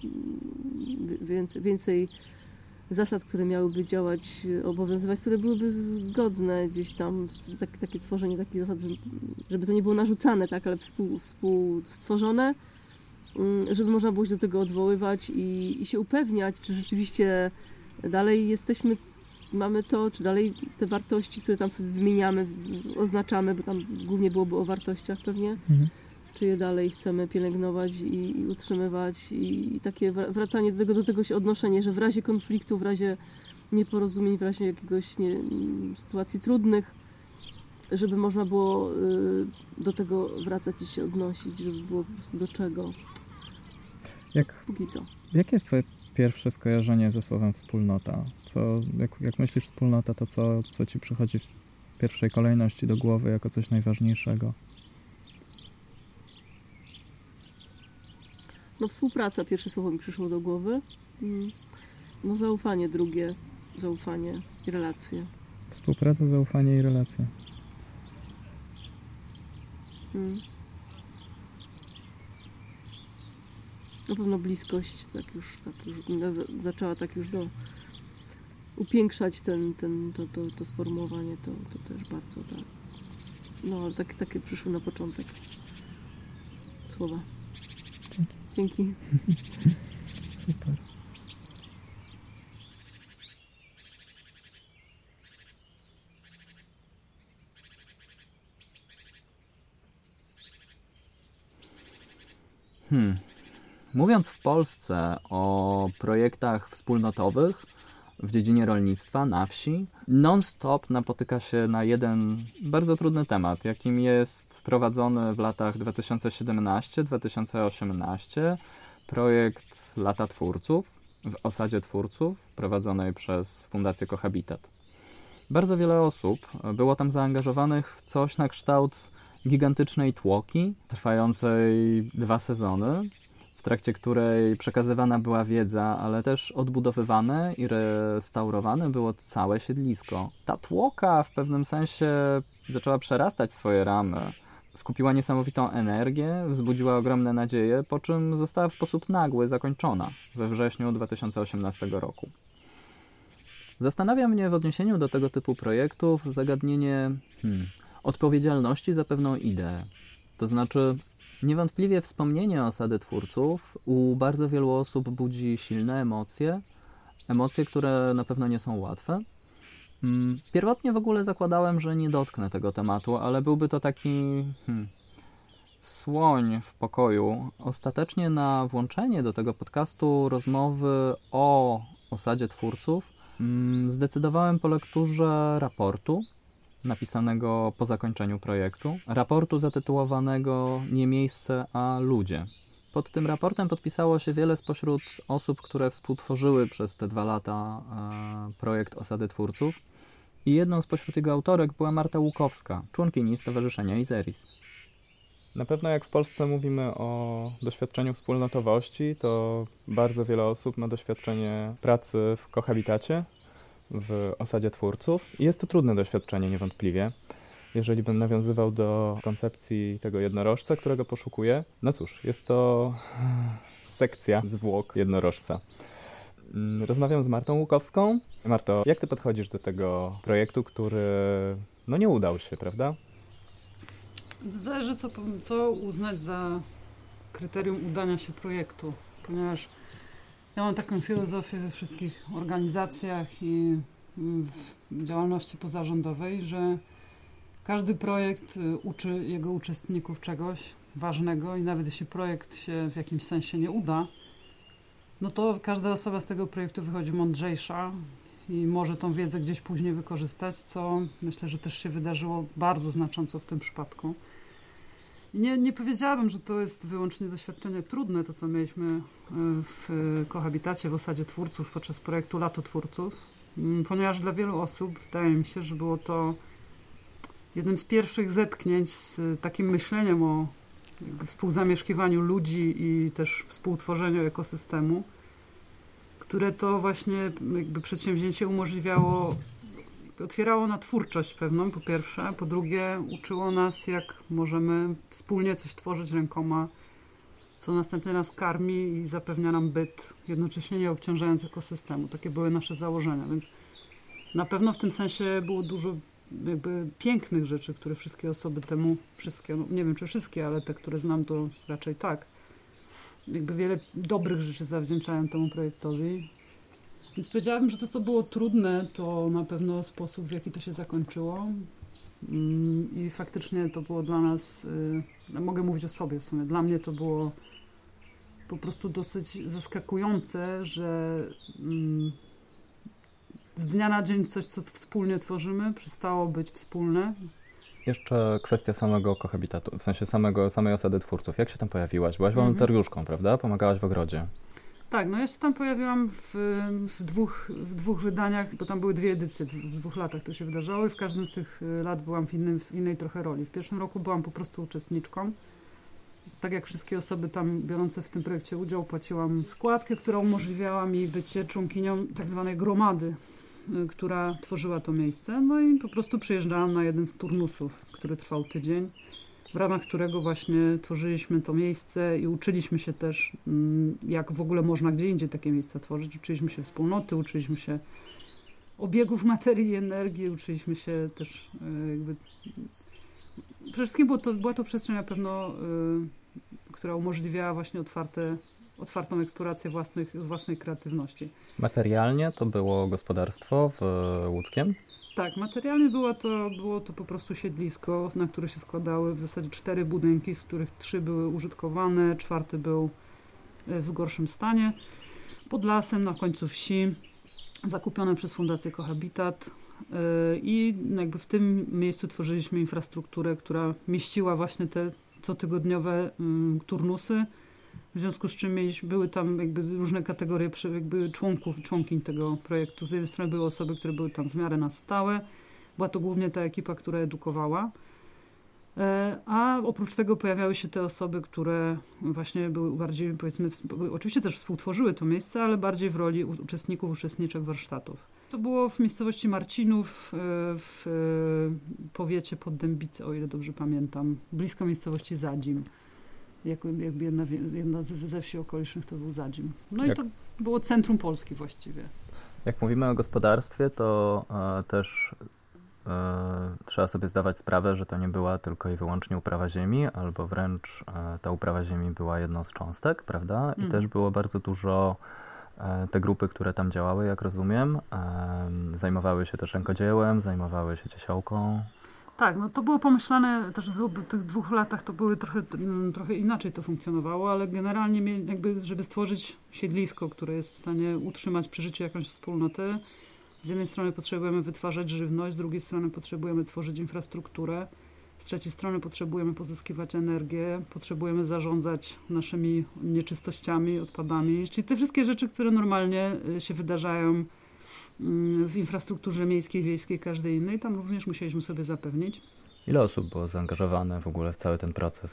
więcej, więcej zasad, które miałyby działać, obowiązywać, które byłyby zgodne gdzieś tam, tak, takie tworzenie takich zasad, żeby to nie było narzucane, tak, ale współ, współstworzone, żeby można było się do tego odwoływać i, i się upewniać, czy rzeczywiście dalej jesteśmy, mamy to, czy dalej te wartości, które tam sobie wymieniamy, oznaczamy, bo tam głównie byłoby o wartościach pewnie, mhm. czy je dalej chcemy pielęgnować i, i utrzymywać i, i takie wracanie do tego, do tego się odnoszenie, że w razie konfliktu, w razie nieporozumień, w razie jakiegoś nie, sytuacji trudnych, żeby można było y, do tego wracać i się odnosić, żeby było po prostu do czego. Jak, Póki co. Jakie jest twoje pierwsze skojarzenie ze słowem wspólnota? Co, jak, jak myślisz wspólnota, to co, co ci przychodzi w pierwszej kolejności do głowy jako coś najważniejszego? No współpraca, pierwsze słowo mi przyszło do głowy. No zaufanie drugie, zaufanie i relacje. Współpraca, zaufanie i relacje. Hmm. Na pewno bliskość tak już, tak już zaczęła tak już do upiększać ten, ten, to, to, to sformułowanie, to, to też bardzo tak. No ale tak, takie przyszły na początek słowa. Dzięki. Super. Hmm. Mówiąc w Polsce o projektach wspólnotowych w dziedzinie rolnictwa na wsi, non-stop napotyka się na jeden bardzo trudny temat, jakim jest prowadzony w latach dwa tysiące siedemnastym do dwa tysiące osiemnastego projekt Lata Twórców w Osadzie Twórców prowadzonej przez Fundację Cohabitat. Bardzo wiele osób było tam zaangażowanych w coś na kształt gigantycznej tłoki trwającej dwa sezony, w trakcie której przekazywana była wiedza, ale też odbudowywane i restaurowane było całe siedlisko. Ta tłoka w pewnym sensie zaczęła przerastać swoje ramy. Skupiła niesamowitą energię, wzbudziła ogromne nadzieje, po czym została w sposób nagły zakończona we wrześniu dwa tysiące osiemnastego roku. Zastanawia mnie w odniesieniu do tego typu projektów zagadnienie hmm, odpowiedzialności za pewną ideę. To znaczy, niewątpliwie wspomnienie Osady Twórców u bardzo wielu osób budzi silne emocje, emocje, które na pewno nie są łatwe. Pierwotnie w ogóle zakładałem, że nie dotknę tego tematu, ale byłby to taki hmm, słoń w pokoju. Ostatecznie na włączenie do tego podcastu rozmowy o Osadzie Twórców hmm, zdecydowałem po lekturze raportu napisanego po zakończeniu projektu. Raportu zatytułowanego Nie miejsce, a ludzie. Pod tym raportem podpisało się wiele spośród osób, które współtworzyły przez te dwa lata e, projekt Osady Twórców. I jedną spośród jego autorek była Marta Łukowska, członkini Stowarzyszenia Izeris. Na pewno jak w Polsce mówimy o doświadczeniu wspólnotowości, to bardzo wiele osób ma doświadczenie pracy w kohabitacie, w osadzie twórców. I jest to trudne doświadczenie niewątpliwie. Jeżeli bym nawiązywał do koncepcji tego jednorożca, którego poszukuję, no cóż, jest to sekcja zwłok jednorożca. Rozmawiam z Martą Łukowską. Marto, jak ty podchodzisz do tego projektu, który no nie udał się, prawda? Zależy, co, co uznać za kryterium udania się projektu, ponieważ ja mam taką filozofię we wszystkich organizacjach i w działalności pozarządowej, że każdy projekt uczy jego uczestników czegoś ważnego i nawet jeśli projekt się w jakimś sensie nie uda, no to każda osoba z tego projektu wychodzi mądrzejsza i może tą wiedzę gdzieś później wykorzystać, co myślę, że też się wydarzyło bardzo znacząco w tym przypadku. Nie, nie powiedziałabym, że to jest wyłącznie doświadczenie trudne, to co mieliśmy w kohabitacie, w osadzie twórców podczas projektu Lato Twórców, ponieważ dla wielu osób wydaje mi się, że było to jednym z pierwszych zetknięć z takim myśleniem o jakby współzamieszkiwaniu ludzi i też współtworzeniu ekosystemu, które to właśnie jakby przedsięwzięcie umożliwiało, otwierało na twórczość pewną, po pierwsze, po drugie uczyło nas, jak możemy wspólnie coś tworzyć rękoma, co następnie nas karmi i zapewnia nam byt, jednocześnie nie obciążając ekosystemu. Takie były nasze założenia, więc na pewno w tym sensie było dużo jakby pięknych rzeczy, które wszystkie osoby temu, wszystkie, no nie wiem czy wszystkie, ale te, które znam, to raczej tak. Jakby wiele dobrych rzeczy zawdzięczałem temu projektowi. Więc powiedziałabym, że to, co było trudne, to na pewno sposób, w jaki to się zakończyło. I faktycznie to było dla nas, no mogę mówić o sobie w sumie, dla mnie to było po prostu dosyć zaskakujące, że z dnia na dzień coś, co wspólnie tworzymy, przestało być wspólne. Jeszcze kwestia samego kohabitatu, w sensie samego, samej osady twórców. Jak się tam pojawiłaś? Byłaś wolontariuszką, prawda? Pomagałaś w ogrodzie. Tak, no ja się tam pojawiłam w, w, dwóch, w dwóch wydaniach, bo tam były dwie edycje, w, w dwóch latach to się wydarzało i w każdym z tych lat byłam w, innym, w innej trochę roli. W pierwszym roku byłam po prostu uczestniczką. Tak jak wszystkie osoby tam biorące w tym projekcie udział, płaciłam składkę, która umożliwiała mi bycie członkinią tak zwanej gromady, która tworzyła to miejsce. No i po prostu przyjeżdżałam na jeden z turnusów, który trwał tydzień, w ramach którego właśnie tworzyliśmy to miejsce i uczyliśmy się też, jak w ogóle można gdzie indziej takie miejsca tworzyć. Uczyliśmy się wspólnoty, uczyliśmy się obiegów materii i energii, uczyliśmy się też jakby... Przede wszystkim było to, była to przestrzeń na pewno, która umożliwiała właśnie otwarte otwartą eksplorację własnych, własnej kreatywności. Materialnie to było gospodarstwo w Łódzkiem? Tak, materialnie było to, było to po prostu siedlisko, na które się składały w zasadzie cztery budynki, z których trzy były użytkowane, czwarty był w gorszym stanie. Pod lasem, na końcu wsi, zakupione przez Fundację Kohabitat i jakby w tym miejscu tworzyliśmy infrastrukturę, która mieściła właśnie te cotygodniowe turnusy, w związku z czym mieliśmy, były tam jakby różne kategorie jakby członków, członkiń tego projektu. Z jednej strony były osoby, które były tam w miarę na stałe. Była to głównie ta ekipa, która edukowała. A oprócz tego pojawiały się te osoby, które właśnie były bardziej, powiedzmy, oczywiście też współtworzyły to miejsce, ale bardziej w roli uczestników, uczestniczek warsztatów. To było w miejscowości Marcinów, w powiecie Poddębice, o ile dobrze pamiętam, blisko miejscowości Zadzim. Jako, jakby jedna, jedna ze wsi okolicznych to był Zadzim. No Jak? I to było centrum Polski właściwie. Jak mówimy o gospodarstwie, to e, też e, trzeba sobie zdawać sprawę, że to nie była tylko i wyłącznie uprawa ziemi, albo wręcz e, ta uprawa ziemi była jedną z cząstek, prawda? I mm. też było bardzo dużo, e, te grupy, które tam działały, jak rozumiem, e, zajmowały się też rękodziełem, zajmowały się ciesiołką. Tak, no to było pomyślane, też w tych dwóch latach to były trochę, trochę inaczej to funkcjonowało, ale generalnie jakby, żeby stworzyć siedlisko, które jest w stanie utrzymać przy życiu jakąś wspólnotę, z jednej strony potrzebujemy wytwarzać żywność, z drugiej strony potrzebujemy tworzyć infrastrukturę, z trzeciej strony potrzebujemy pozyskiwać energię, potrzebujemy zarządzać naszymi nieczystościami, odpadami, czyli te wszystkie rzeczy, które normalnie się wydarzają w infrastrukturze miejskiej, wiejskiej, każdej innej, tam również musieliśmy sobie zapewnić. Ile osób było zaangażowane w ogóle w cały ten proces?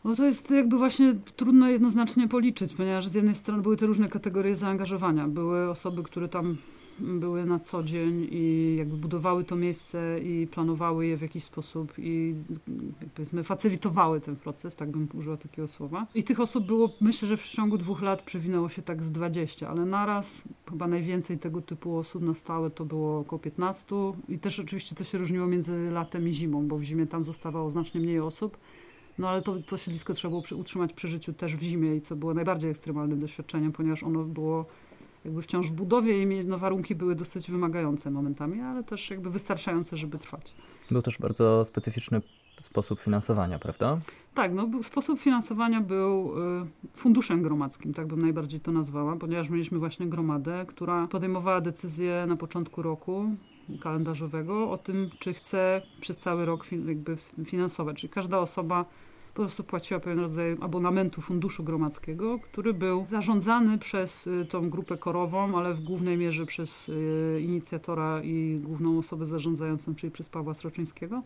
Bo to jest jakby właśnie trudno jednoznacznie policzyć, ponieważ z jednej strony były te różne kategorie zaangażowania. Były osoby, które tam były na co dzień i jakby budowały to miejsce i planowały je w jakiś sposób i powiedzmy facylitowały ten proces, tak bym użyła takiego słowa. I tych osób było, myślę, że w ciągu dwóch lat przewinęło się tak z dwadzieścia, ale naraz chyba najwięcej tego typu osób na stałe to było około piętnaście i też oczywiście to się różniło między latem i zimą, bo w zimie tam zostawało znacznie mniej osób. No ale to, to siedlisko trzeba było przy, utrzymać przy życiu też w zimie i co było najbardziej ekstremalnym doświadczeniem, ponieważ ono było jakby wciąż w budowie i no, warunki były dosyć wymagające momentami, ale też jakby wystarczające, żeby trwać. Był też bardzo specyficzny sposób finansowania, prawda? Tak, no sposób finansowania był y, funduszem gromadzkim, tak bym najbardziej to nazwała, ponieważ mieliśmy właśnie gromadę, która podejmowała decyzję na początku roku kalendarzowego o tym, czy chce przez cały rok fin- jakby finansować. Czyli każda osoba po prostu płaciła pewien rodzaj abonamentu funduszu gromadzkiego, który był zarządzany przez y, tą grupę korową, ale w głównej mierze przez y, inicjatora i główną osobę zarządzającą, czyli przez Pawła Sroczyńskiego.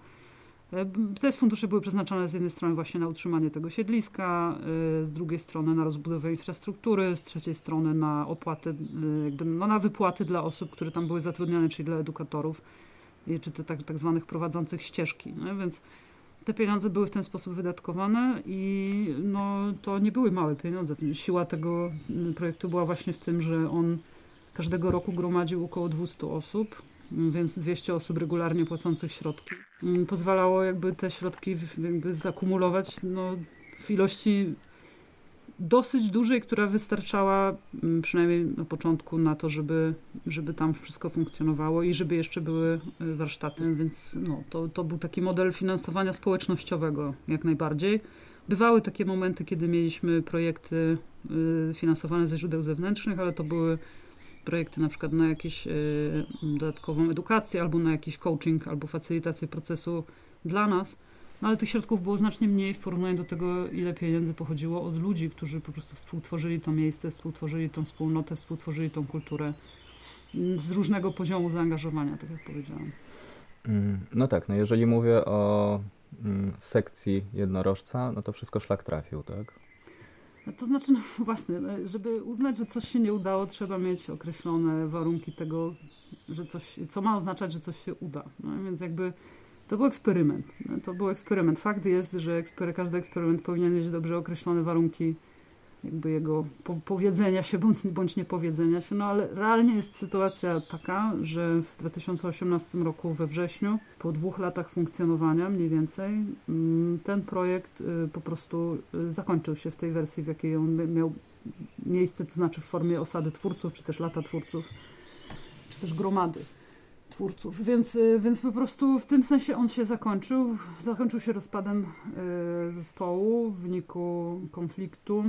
Y, te fundusze były przeznaczone z jednej strony właśnie na utrzymanie tego siedliska, y, z drugiej strony na rozbudowę infrastruktury, z trzeciej strony na opłaty, y, jakby, no, na wypłaty dla osób, które tam były zatrudniane, czyli dla edukatorów, y, czy to tak, tak zwanych prowadzących ścieżki. No, więc te pieniądze były w ten sposób wydatkowane i no, to nie były małe pieniądze. Siła tego projektu była właśnie w tym, że on każdego roku gromadził około dwieście osób, więc dwieście osób regularnie płacących środki. Pozwalało jakby te środki jakby zakumulować no, w ilości dosyć dużej, która wystarczała przynajmniej na początku na to, żeby, żeby tam wszystko funkcjonowało i żeby jeszcze były warsztaty, więc no, to, to był taki model finansowania społecznościowego jak najbardziej. Bywały takie momenty, kiedy mieliśmy projekty finansowane ze źródeł zewnętrznych, ale to były projekty na przykład na jakąś dodatkową edukację albo na jakiś coaching albo facylitację procesu dla nas. No ale tych środków było znacznie mniej w porównaniu do tego, ile pieniędzy pochodziło od ludzi, którzy po prostu współtworzyli to miejsce, współtworzyli tą wspólnotę, współtworzyli tą kulturę z różnego poziomu zaangażowania, tak jak powiedziałam. No tak, no jeżeli mówię o sekcji jednorożca, no to wszystko szlak trafił, tak? No to znaczy, no właśnie, żeby uznać, że coś się nie udało, trzeba mieć określone warunki tego, że coś, co ma oznaczać, że coś się uda. No więc jakby to był eksperyment. To był eksperyment. Fakt jest, że ekspery, każdy eksperyment powinien mieć dobrze określone warunki jakby jego po, powiedzenia się bądź, bądź niepowiedzenia się. No ale realnie jest sytuacja taka, że w dwa tysiące osiemnastym roku we wrześniu, po dwóch latach funkcjonowania mniej więcej, ten projekt po prostu zakończył się w tej wersji, w jakiej on miał miejsce, to znaczy w formie osady twórców, czy też lata twórców, czy też gromady twórców, więc, więc po prostu w tym sensie on się zakończył. Zakończył się rozpadem zespołu w wyniku konfliktu,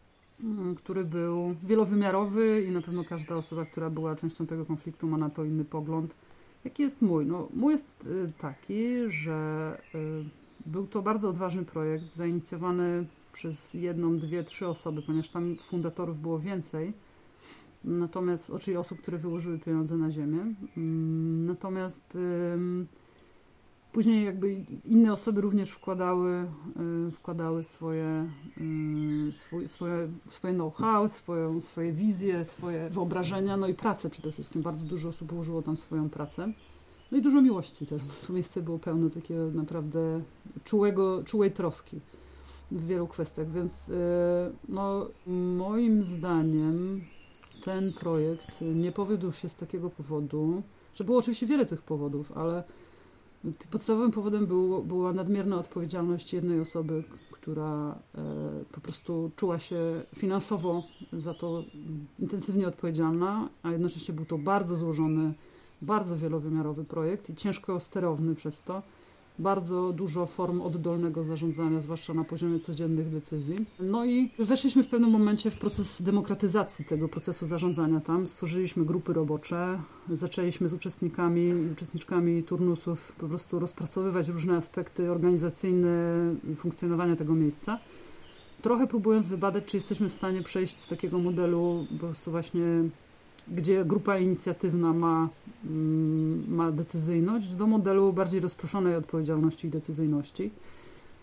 który był wielowymiarowy i na pewno każda osoba, która była częścią tego konfliktu, ma na to inny pogląd. Jaki jest mój? No, mój jest taki, że był to bardzo odważny projekt, zainicjowany przez jedną, dwie, trzy osoby, ponieważ tam fundatorów było więcej. Natomiast, czyli osób, które wyłożyły pieniądze na ziemię. Natomiast ym, później jakby inne osoby również wkładały, y, wkładały swoje, y, swój, swoje, swoje know-how, swoją, swoje wizje, swoje wyobrażenia, no i pracę przede wszystkim. Bardzo dużo osób położyło tam swoją pracę. No i dużo miłości też. To miejsce było pełne takiego naprawdę czułego, czułej troski w wielu kwestiach. Więc y, no, moim zdaniem ten projekt nie powiódł się z takiego powodu, że było oczywiście wiele tych powodów, ale podstawowym powodem był, była nadmierna odpowiedzialność jednej osoby, która e, po prostu czuła się finansowo za to intensywnie odpowiedzialna, a jednocześnie był to bardzo złożony, bardzo wielowymiarowy projekt i ciężko sterowny przez to. Bardzo dużo form oddolnego zarządzania, zwłaszcza na poziomie codziennych decyzji. No i weszliśmy w pewnym momencie w proces demokratyzacji tego procesu zarządzania tam. Stworzyliśmy grupy robocze, zaczęliśmy z uczestnikami i uczestniczkami turnusów po prostu rozpracowywać różne aspekty organizacyjne funkcjonowania tego miejsca. Trochę próbując wybadać, czy jesteśmy w stanie przejść z takiego modelu po prostu właśnie, gdzie grupa inicjatywna ma, ma decyzyjność, do modelu bardziej rozproszonej odpowiedzialności i decyzyjności.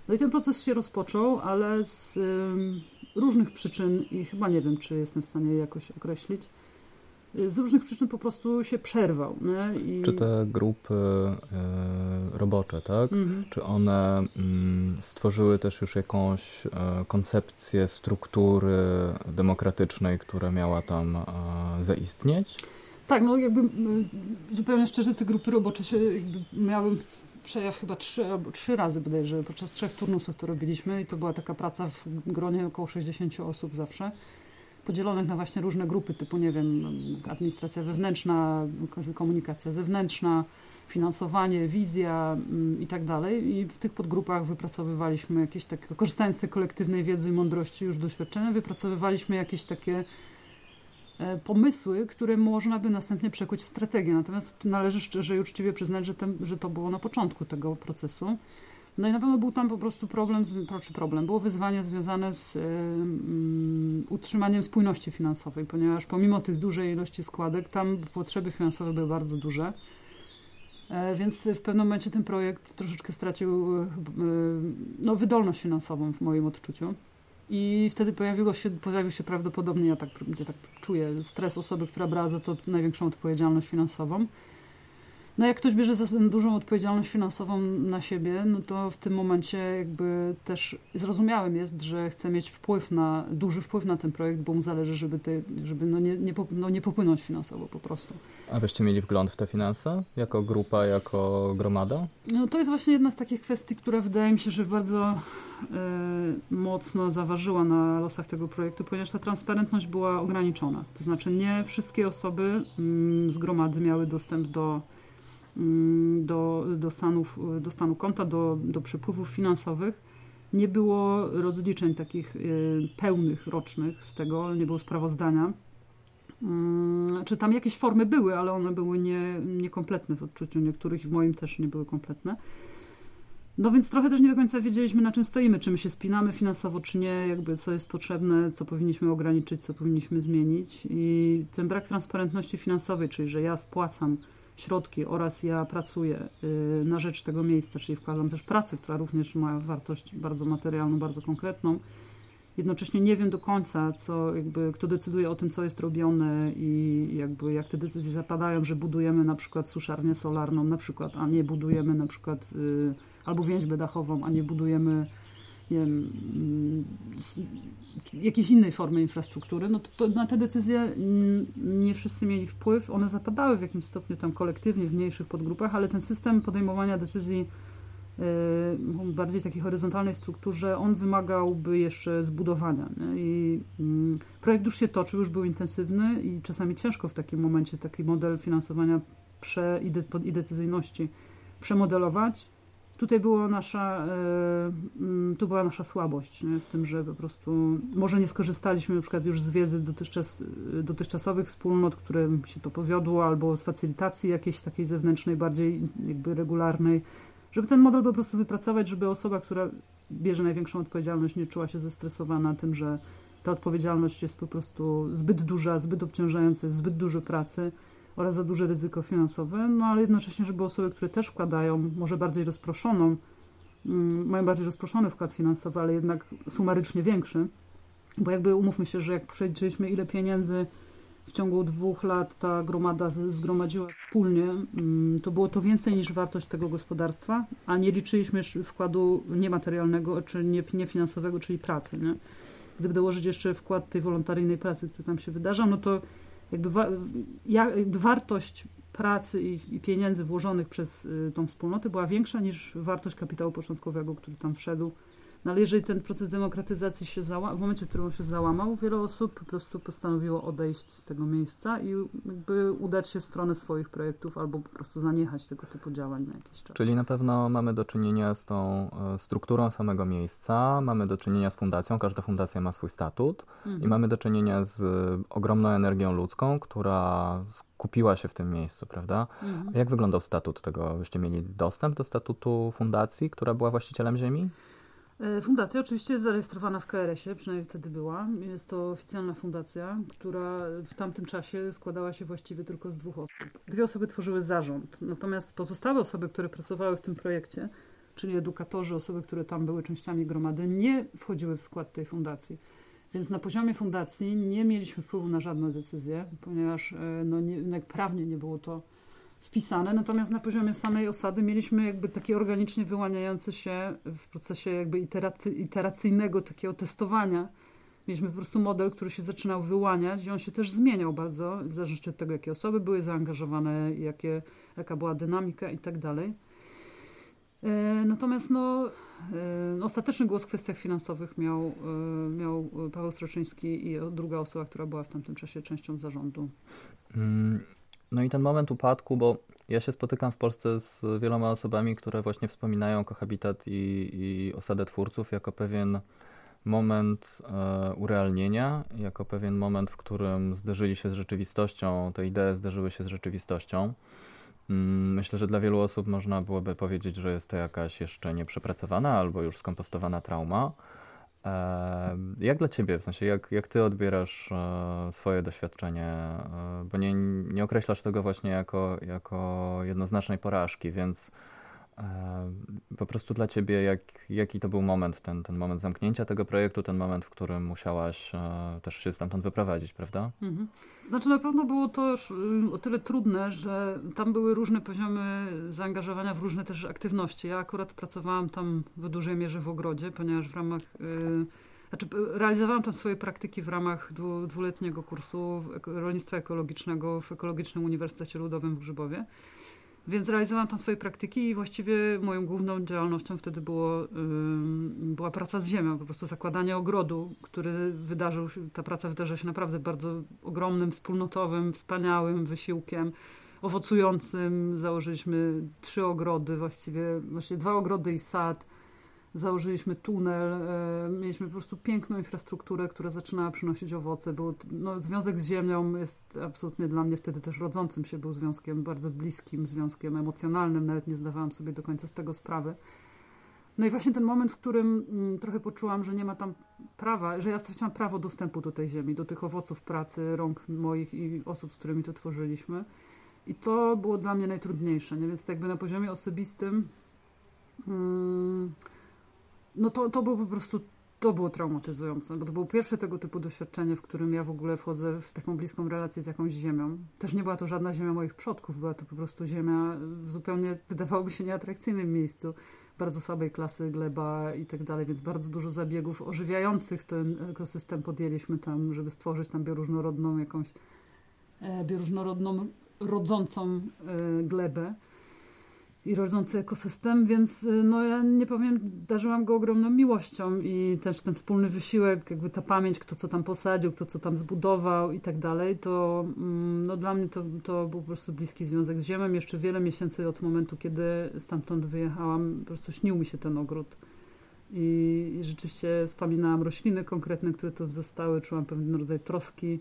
No i ten proces się rozpoczął, ale z ym, różnych przyczyn i chyba nie wiem, czy jestem w stanie je jakoś określić, z różnych przyczyn po prostu się przerwał. Nie? I... Czy te grupy y, robocze, tak? Mhm. Czy one y, stworzyły też już jakąś y, koncepcję struktury demokratycznej, która miała tam y, zaistnieć? Tak, no jakby y, zupełnie szczerze te grupy robocze się jakby miały przejaw chyba trzy, albo trzy razy bodajże, podczas trzech turnusów to robiliśmy i to była taka praca w gronie około sześćdziesięciu osób zawsze, podzielonych na właśnie różne grupy typu, nie wiem, administracja wewnętrzna, komunikacja zewnętrzna, finansowanie, wizja i tak dalej. I w tych podgrupach wypracowywaliśmy jakieś takie, korzystając z tej kolektywnej wiedzy i mądrości już doświadczenia, wypracowywaliśmy jakieś takie pomysły, które można by następnie przekuć w strategię. Natomiast należy szczerze i uczciwie przyznać, że, ten, że to było na początku tego procesu. No i na pewno był tam po prostu problem, czy problem, było wyzwanie związane z um, utrzymaniem spójności finansowej, ponieważ pomimo tych dużej ilości składek, tam potrzeby finansowe były bardzo duże. E, więc w pewnym momencie ten projekt troszeczkę stracił e, no, wydolność finansową w moim odczuciu. I wtedy pojawiło się, pojawił się prawdopodobnie, ja tak, ja tak czuję, stres osoby, która brała za to największą odpowiedzialność finansową. No jak ktoś bierze za dużą odpowiedzialność finansową na siebie, no to w tym momencie jakby też zrozumiałym jest, że chce mieć wpływ na, duży wpływ na ten projekt, bo mu zależy, żeby, te, żeby no nie, nie, no nie popłynąć finansowo po prostu. A wyście mieli wgląd w te finanse? Jako grupa, jako gromada? No to jest właśnie jedna z takich kwestii, która wydaje mi się, że bardzo y, mocno zaważyła na losach tego projektu, ponieważ ta transparentność była ograniczona. To znaczy nie wszystkie osoby y, z gromady miały dostęp do Do, do, stanów, do stanu konta, do, do przepływów finansowych. Nie było rozliczeń takich y, pełnych, rocznych z tego, nie było sprawozdania. Y, czy tam jakieś formy były, ale one były nie, niekompletne w odczuciu niektórych i w moim też nie były kompletne. No więc trochę też nie do końca wiedzieliśmy, na czym stoimy, czy my się spinamy finansowo, czy nie, jakby co jest potrzebne, co powinniśmy ograniczyć, co powinniśmy zmienić. I ten brak transparentności finansowej, czyli że ja wpłacam środki oraz ja pracuję na rzecz tego miejsca, czyli wkładam też pracę, która również ma wartość bardzo materialną, bardzo konkretną. Jednocześnie nie wiem do końca, co, jakby, kto decyduje o tym, co jest robione i jakby jak te decyzje zapadają, że budujemy na przykład suszarnię solarną, na przykład, a nie budujemy na przykład y, albo więźbę dachową, a nie budujemy nie wiem, jakiejś innej formy infrastruktury, no to, to na te decyzje nie wszyscy mieli wpływ. One zapadały w jakimś stopniu tam kolektywnie w mniejszych podgrupach, ale ten system podejmowania decyzji yy, bardziej takiej horyzontalnej strukturze, on wymagałby jeszcze zbudowania. Nie? I yy, projekt już się toczył, już był intensywny i czasami ciężko w takim momencie taki model finansowania prze i decyzyjności przemodelować. Tutaj była nasza, y, tu była nasza słabość, nie? W tym, że po prostu może nie skorzystaliśmy na przykład już z wiedzy dotychczas, dotychczasowych wspólnot, którym się to powiodło, albo z facylitacji jakiejś takiej zewnętrznej, bardziej jakby regularnej, żeby ten model po prostu wypracować, żeby osoba, która bierze największą odpowiedzialność, nie czuła się zestresowana tym, że ta odpowiedzialność jest po prostu zbyt duża, zbyt obciążająca, jest zbyt dużo pracy oraz za duże ryzyko finansowe, no ale jednocześnie, żeby osoby, które też wkładają, może bardziej rozproszoną, mm, mają bardziej rozproszony wkład finansowy, ale jednak sumarycznie większy, bo jakby umówmy się, że jak przeliczyliśmy, ile pieniędzy w ciągu dwóch lat ta gromada zgromadziła wspólnie, mm, to było to więcej niż wartość tego gospodarstwa, a nie liczyliśmy wkładu niematerialnego, czy nie, niefinansowego, czyli pracy. Nie? Gdyby dołożyć jeszcze wkład tej wolontaryjnej pracy, który tam się wydarza, no to Jakby, wa jakby wartość pracy i, i pieniędzy włożonych przez y, tą wspólnotę była większa niż wartość kapitału początkowego, który tam wszedł. No ale jeżeli ten proces demokratyzacji się załamał, w momencie, w którym on się załamał, wiele osób po prostu postanowiło odejść z tego miejsca i jakby udać się w stronę swoich projektów albo po prostu zaniechać tego typu działań na jakiś czas. Czyli na pewno mamy do czynienia z tą strukturą samego miejsca, mamy do czynienia z fundacją, każda fundacja ma swój statut mhm. i mamy do czynienia z ogromną energią ludzką, która skupiła się w tym miejscu, prawda? Mhm. A jak wyglądał statut tego? Byście mieli dostęp do statutu fundacji, która była właścicielem ziemi? Fundacja oczywiście jest zarejestrowana w K R S ie, przynajmniej wtedy była. Jest to oficjalna fundacja, która w tamtym czasie składała się właściwie tylko z dwóch osób. Dwie osoby tworzyły zarząd, natomiast pozostałe osoby, które pracowały w tym projekcie, czyli edukatorzy, osoby, które tam były częściami gromady, nie wchodziły w skład tej fundacji. Więc na poziomie fundacji nie mieliśmy wpływu na żadne decyzje, ponieważ no, nie, prawnie nie było to wpisane. Natomiast na poziomie samej osady mieliśmy jakby taki organicznie wyłaniający się w procesie jakby iteracy, iteracyjnego takiego testowania. Mieliśmy po prostu model, który się zaczynał wyłaniać i on się też zmieniał bardzo, w zależności od tego, jakie osoby były zaangażowane, jakie, jaka była dynamika i tak dalej. Natomiast no, ostateczny głos w kwestiach finansowych miał, miał Paweł Sroczyński i druga osoba, która była w tamtym czasie częścią zarządu. No i ten moment upadku, bo ja się spotykam w Polsce z wieloma osobami, które właśnie wspominają Kohabitat i, i osadę twórców jako pewien moment e, urealnienia, jako pewien moment, w którym zderzyli się z rzeczywistością, te idee zderzyły się z rzeczywistością. Myślę, że dla wielu osób można byłoby powiedzieć, że jest to jakaś jeszcze nieprzepracowana albo już skompostowana trauma. Jak dla Ciebie, w sensie jak, jak Ty odbierasz swoje doświadczenie, bo nie, nie określasz tego właśnie jako, jako jednoznacznej porażki, więc po prostu dla Ciebie jak, jaki to był moment, ten, ten moment zamknięcia tego projektu, ten moment, w którym musiałaś też się stamtąd wyprowadzić, prawda? Mhm. Znaczy na pewno było to już o tyle trudne, że tam były różne poziomy zaangażowania w różne też aktywności. Ja akurat pracowałam tam w dużej mierze w ogrodzie, ponieważ w ramach, yy, znaczy realizowałam tam swoje praktyki w ramach dwu, dwuletniego kursu rolnictwa ekologicznego w Ekologicznym Uniwersytecie Ludowym w Grzybowie. Więc realizowałam tam swoje praktyki i właściwie moją główną działalnością wtedy było, yy, była praca z ziemią, po prostu zakładanie ogrodu, który wydarzył się, ta praca wydarzyła się naprawdę bardzo ogromnym, wspólnotowym, wspaniałym wysiłkiem, owocującym. Założyliśmy trzy ogrody, właściwie, właściwie dwa ogrody i sad. Założyliśmy tunel, e, mieliśmy po prostu piękną infrastrukturę, która zaczynała przynosić owoce. Był, no, związek z ziemią jest absolutnie dla mnie wtedy też rodzącym się, był związkiem bardzo bliskim, związkiem emocjonalnym, nawet nie zdawałam sobie do końca z tego sprawy. No i właśnie ten moment, w którym m, trochę poczułam, że nie ma tam prawa, że ja straciłam prawo dostępu do tej ziemi, do tych owoców pracy rąk moich i osób, z którymi to tworzyliśmy. I to było dla mnie najtrudniejsze, nie? Więc tak jakby na poziomie osobistym hmm, no to, to było po prostu, to było traumatyzujące, bo to było pierwsze tego typu doświadczenie, w którym ja w ogóle wchodzę w taką bliską relację z jakąś ziemią. Też nie była to żadna ziemia moich przodków, była to po prostu ziemia w zupełnie, wydawałoby się, nieatrakcyjnym miejscu, bardzo słabej klasy gleba i tak dalej, więc bardzo dużo zabiegów ożywiających ten ekosystem podjęliśmy tam, żeby stworzyć tam bioróżnorodną jakąś, e, bioróżnorodną, rodzącą e, glebę i rodzący ekosystem, więc no ja nie powiem, darzyłam go ogromną miłością i też ten wspólny wysiłek, jakby ta pamięć, kto co tam posadził, kto co tam zbudował i tak dalej, to no dla mnie to, to był po prostu bliski związek z ziemią. Jeszcze wiele miesięcy od momentu, kiedy stamtąd wyjechałam, po prostu śnił mi się ten ogród i, i rzeczywiście wspominałam rośliny konkretne, które tu zostały, czułam pewien rodzaj troski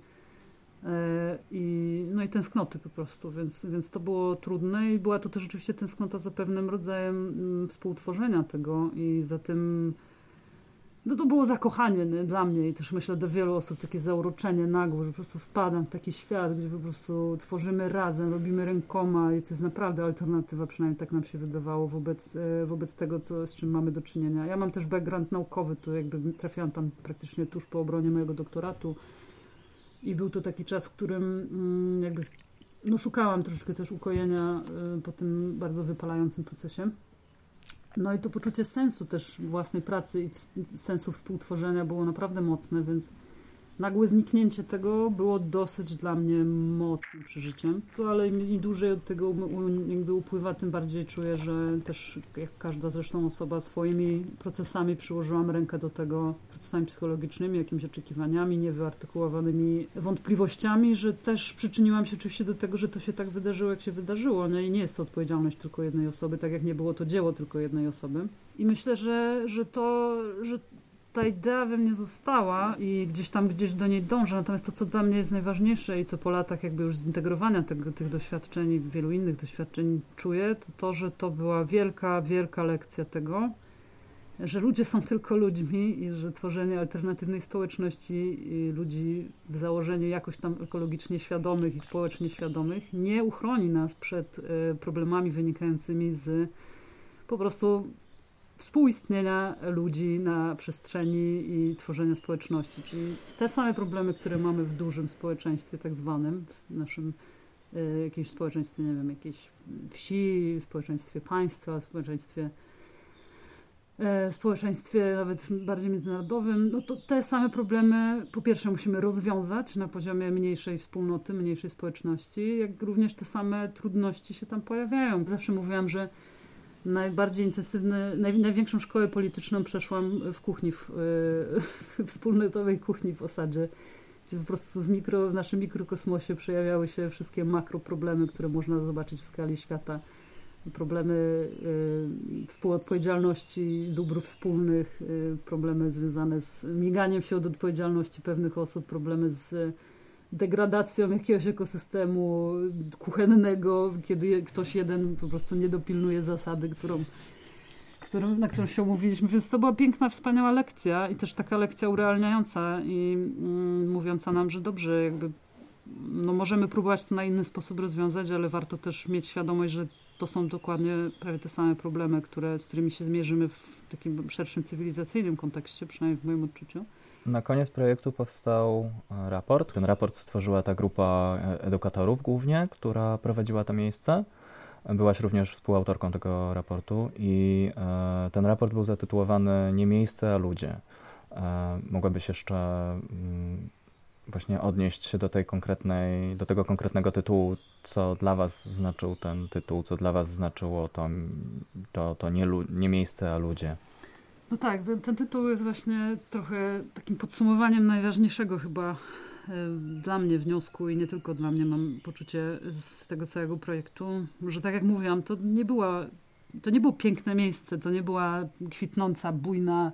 I, no i tęsknoty po prostu, więc, więc to było trudne i była to też rzeczywiście tęsknota za pewnym rodzajem współtworzenia tego i za tym, no to było zakochanie, nie? Dla mnie i też myślę dla wielu osób takie zauroczenie nagłe, że po prostu wpadam w taki świat, gdzie po prostu tworzymy razem, robimy rękoma i to jest naprawdę alternatywa, przynajmniej tak nam się wydawało wobec, wobec tego, co, z czym mamy do czynienia. Ja mam też background naukowy, to jakby trafiłam tam praktycznie tuż po obronie mojego doktoratu. I był to taki czas, w którym jakby no, szukałam troszeczkę też ukojenia po tym bardzo wypalającym procesie. No i to poczucie sensu też własnej pracy i w, sensu współtworzenia było naprawdę mocne, więc nagłe zniknięcie tego było dosyć dla mnie mocnym przeżyciem. Co, ale im dłużej od tego jakby upływa, tym bardziej czuję, że też jak każda zresztą osoba swoimi procesami przyłożyłam rękę do tego, procesami psychologicznymi, jakimiś oczekiwaniami, niewyartykułowanymi wątpliwościami, że też przyczyniłam się oczywiście do tego, że to się tak wydarzyło, jak się wydarzyło. No i nie jest to odpowiedzialność tylko jednej osoby, tak jak nie było to dzieło tylko jednej osoby. I myślę, że, że to, że ta idea we mnie została i gdzieś tam, gdzieś do niej dążę. Natomiast to, co dla mnie jest najważniejsze i co po latach jakby już zintegrowania tego, tych doświadczeń i wielu innych doświadczeń czuję, to to, że to była wielka, wielka lekcja tego, że ludzie są tylko ludźmi i że tworzenie alternatywnej społeczności i ludzi w założeniu jakoś tam ekologicznie świadomych i społecznie świadomych nie uchroni nas przed problemami wynikającymi z po prostu współistnienia ludzi na przestrzeni i tworzenia społeczności. Czyli te same problemy, które mamy w dużym społeczeństwie tak zwanym, w naszym y, jakimś społeczeństwie, nie wiem, jakiejś wsi, społeczeństwie państwa, społeczeństwie y, społeczeństwie nawet bardziej międzynarodowym, no to te same problemy po pierwsze musimy rozwiązać na poziomie mniejszej wspólnoty, mniejszej społeczności, jak również te same trudności się tam pojawiają. Zawsze mówiłam, że najbardziej intensywny, naj, największą szkołę polityczną przeszłam w kuchni, w, w wspólnotowej kuchni w osadzie, gdzie po prostu w, mikro, w naszym mikrokosmosie przejawiały się wszystkie makroproblemy, które można zobaczyć w skali świata. Problemy y, współodpowiedzialności, dóbr wspólnych, y, problemy związane z miganiem się od odpowiedzialności pewnych osób, problemy z degradacją jakiegoś ekosystemu kuchennego, kiedy ktoś jeden po prostu nie dopilnuje zasady, którą, którą, na którą się umówiliśmy. Więc to była piękna, wspaniała lekcja i też taka lekcja urealniająca i mm, mówiąca nam, że dobrze, jakby no możemy próbować to na inny sposób rozwiązać, ale warto też mieć świadomość, że to są dokładnie prawie te same problemy, które, z którymi się zmierzymy w takim szerszym cywilizacyjnym kontekście, przynajmniej w moim odczuciu. Na koniec projektu powstał raport. Ten raport stworzyła ta grupa edukatorów głównie, która prowadziła to miejsce. Byłaś również współautorką tego raportu i e, ten raport był zatytułowany Nie miejsce, a ludzie. E, mogłabyś jeszcze mm, właśnie odnieść się do tej konkretnej, do tego konkretnego tytułu, co dla was znaczył ten tytuł, co dla was znaczyło to, to, to nie, nie miejsce, a ludzie. No tak, ten, ten tytuł jest właśnie trochę takim podsumowaniem najważniejszego chyba y, dla mnie wniosku i nie tylko dla mnie, mam poczucie z tego całego projektu, że tak jak mówiłam, to nie była, to nie było piękne miejsce, to nie była kwitnąca, bujna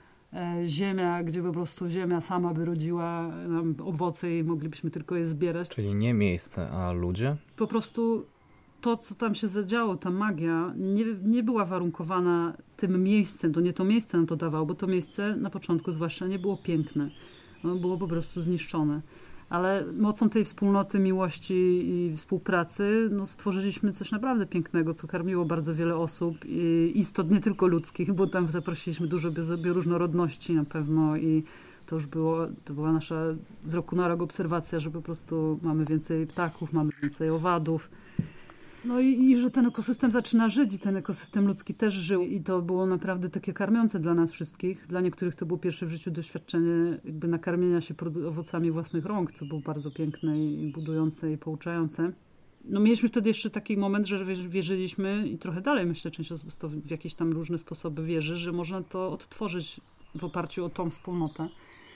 e, ziemia, gdzie po prostu ziemia sama by rodziła nam owoce i moglibyśmy tylko je zbierać. Czyli nie miejsce, a ludzie? Po prostu to, co tam się zadziało, ta magia, nie, nie była warunkowana tym miejscem. To nie to miejsce nam to dawało, bo to miejsce na początku zwłaszcza nie było piękne. Ono było po prostu zniszczone. Ale mocą tej wspólnoty, miłości i współpracy no, stworzyliśmy coś naprawdę pięknego, co karmiło bardzo wiele osób i istot nie tylko ludzkich, bo tam zaprosiliśmy dużo bioróżnorodności na pewno i to już było, to była nasza z roku na rok obserwacja, że po prostu mamy więcej ptaków, mamy więcej owadów. No i, i że ten ekosystem zaczyna żyć i ten ekosystem ludzki też żył i to było naprawdę takie karmiące dla nas wszystkich. Dla niektórych to było pierwsze w życiu doświadczenie jakby nakarmienia się owocami własnych rąk, co było bardzo piękne i budujące i pouczające. No mieliśmy wtedy jeszcze taki moment, że wierzyliśmy i trochę dalej myślę, część osób to w jakieś tam różne sposoby wierzy, że można to odtworzyć w oparciu o tą wspólnotę.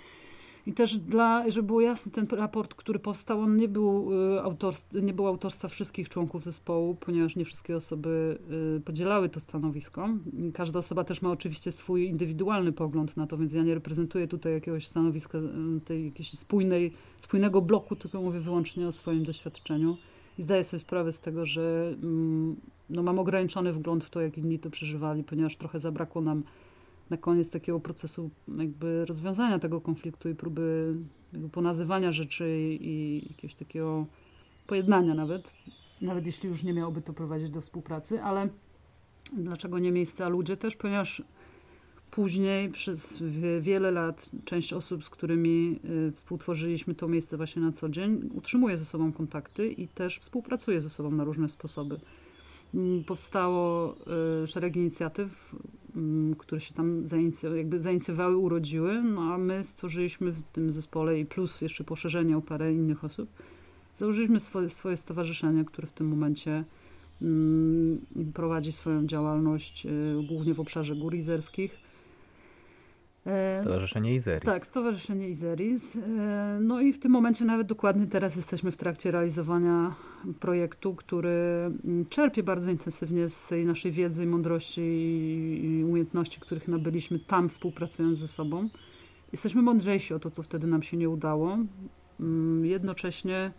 I też dla, żeby było jasne, ten raport, który powstał, on nie był, autorstw, nie był autorstwa wszystkich członków zespołu, ponieważ nie wszystkie osoby podzielały to stanowisko. Każda osoba też ma oczywiście swój indywidualny pogląd na to, więc ja nie reprezentuję tutaj jakiegoś stanowiska, tej jakiejś spójnej, spójnego bloku, tylko mówię wyłącznie o swoim doświadczeniu. I zdaję sobie sprawę z tego, że no, mam ograniczony wgląd w to, jak inni to przeżywali, ponieważ trochę zabrakło nam na koniec takiego procesu jakby rozwiązania tego konfliktu i próby jakby ponazywania rzeczy i jakiegoś takiego pojednania nawet, nawet jeśli już nie miałoby to prowadzić do współpracy, ale dlaczego nie miejsce, a ludzie też, ponieważ później przez wiele lat część osób, z którymi współtworzyliśmy to miejsce właśnie na co dzień, utrzymuje ze sobą kontakty i też współpracuje ze sobą na różne sposoby. Powstało szereg inicjatyw, które się tam zainicjowały, jakby zainicjowały, urodziły, no a my stworzyliśmy w tym zespole i plus jeszcze poszerzenie o parę innych osób, założyliśmy swoje, swoje stowarzyszenie, które w tym momencie mm, prowadzi swoją działalność y, głównie w obszarze gór izerskich. Stowarzyszenie Izeris. Tak, Stowarzyszenie Izeris. No i w tym momencie nawet dokładnie teraz jesteśmy w trakcie realizowania projektu, który czerpie bardzo intensywnie z tej naszej wiedzy i mądrości i umiejętności, których nabyliśmy tam, współpracując ze sobą. Jesteśmy mądrzejsi o to, co wtedy nam się nie udało. Jednocześnie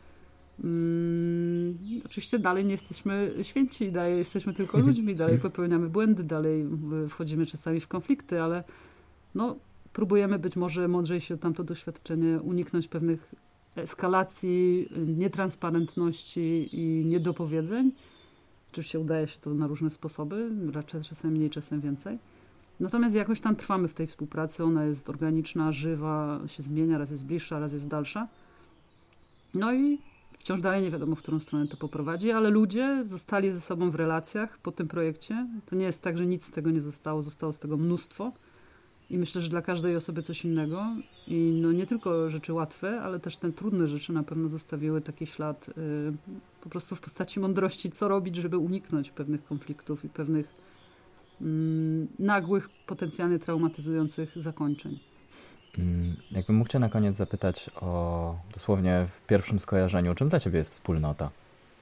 Hmm, oczywiście dalej nie jesteśmy święci, dalej jesteśmy tylko ludźmi, dalej popełniamy błędy, dalej wchodzimy czasami w konflikty, ale no, próbujemy być może mądrzejsi o tamto doświadczenie, uniknąć pewnych eskalacji, nietransparentności i niedopowiedzeń. Oczywiście udaje się to na różne sposoby, raczej czasem mniej, czasem więcej. Natomiast jakoś tam trwamy w tej współpracy, ona jest organiczna, żywa, się zmienia, raz jest bliższa, raz jest dalsza. No i wciąż dalej nie wiadomo, w którą stronę to poprowadzi, ale ludzie zostali ze sobą w relacjach po tym projekcie. To nie jest tak, że nic z tego nie zostało, zostało z tego mnóstwo. I myślę, że dla każdej osoby coś innego. I no nie tylko rzeczy łatwe, ale też te trudne rzeczy na pewno zostawiły taki ślad y, po prostu w postaci mądrości, co robić, żeby uniknąć pewnych konfliktów i pewnych y, nagłych, potencjalnie traumatyzujących zakończeń. Jakbym mógł Cię na koniec zapytać o dosłownie w pierwszym skojarzeniu, czym dla Ciebie jest wspólnota?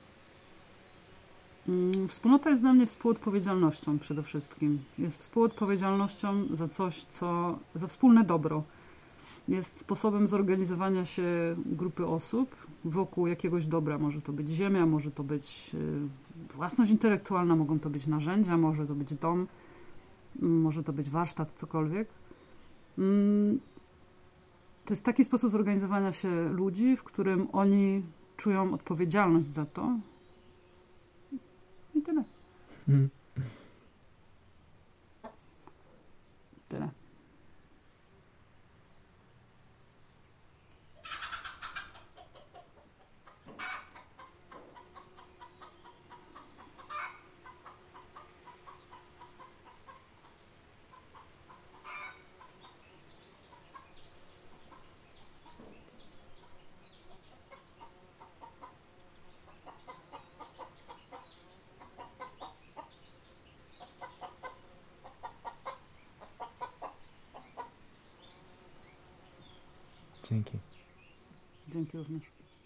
Wspólnota jest dla mnie współodpowiedzialnością przede wszystkim. Jest współodpowiedzialnością za coś, co, za wspólne dobro. Jest sposobem zorganizowania się grupy osób wokół jakiegoś dobra. Może to być ziemia, może to być własność intelektualna, mogą to być narzędzia, może to być dom, może to być warsztat, cokolwiek. To jest taki sposób zorganizowania się ludzi, w którym oni czują odpowiedzialność za to. I tyle. Hmm. Tyle. Dzięki. Dzięki również.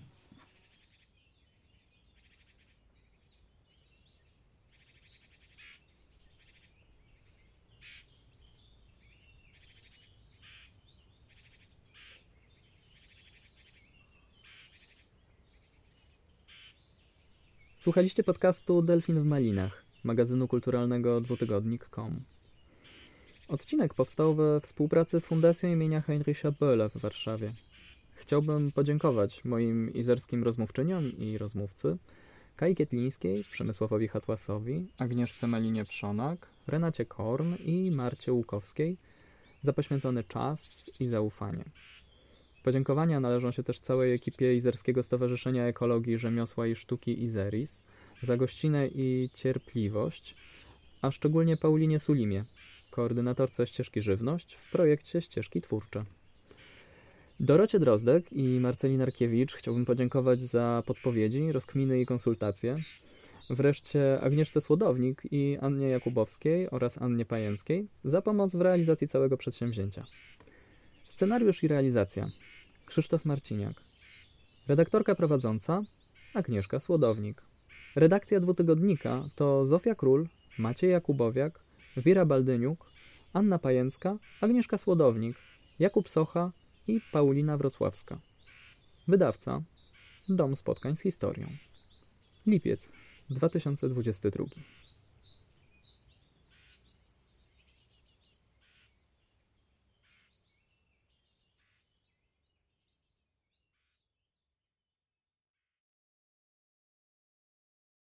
Słuchaliście podcastu Delfin w Malinach, magazynu kulturalnego dwutygodnik kropka com. Odcinek powstał we współpracy z Fundacją imienia Heinricha Bölla w Warszawie. Chciałbym podziękować moim izerskim rozmówczyniom i rozmówcy, Kai Kietlińskiej, Przemysławowi Hatłasowi, Agnieszce Malinie-Przonak, Renacie Korn i Marcie Łukowskiej za poświęcony czas i zaufanie. Podziękowania należą się też całej ekipie Izerskiego Stowarzyszenia Ekologii, Rzemiosła i Sztuki Izeris za gościnę i cierpliwość, a szczególnie Paulinie Sulimie, koordynatorce ścieżki Żywność w projekcie Ścieżki Twórcze. Dorocie Drozdek i Marceli Narkiewicz chciałbym podziękować za podpowiedzi, rozkminy i konsultacje. Wreszcie Agnieszce Słodownik i Annie Jakubowskiej oraz Annie Pajęckiej za pomoc w realizacji całego przedsięwzięcia. Scenariusz i realizacja Krzysztof Marciniak. Redaktorka prowadząca Agnieszka Słodownik. Redakcja dwutygodnika to Zofia Król, Maciej Jakubowiak, Wira Baldyniuk, Anna Pajęcka, Agnieszka Słodownik, Jakub Socha i Paulina Wrocławska. Wydawca Dom Spotkań z Historią. Lipiec dwa tysiące dwudziesty drugi.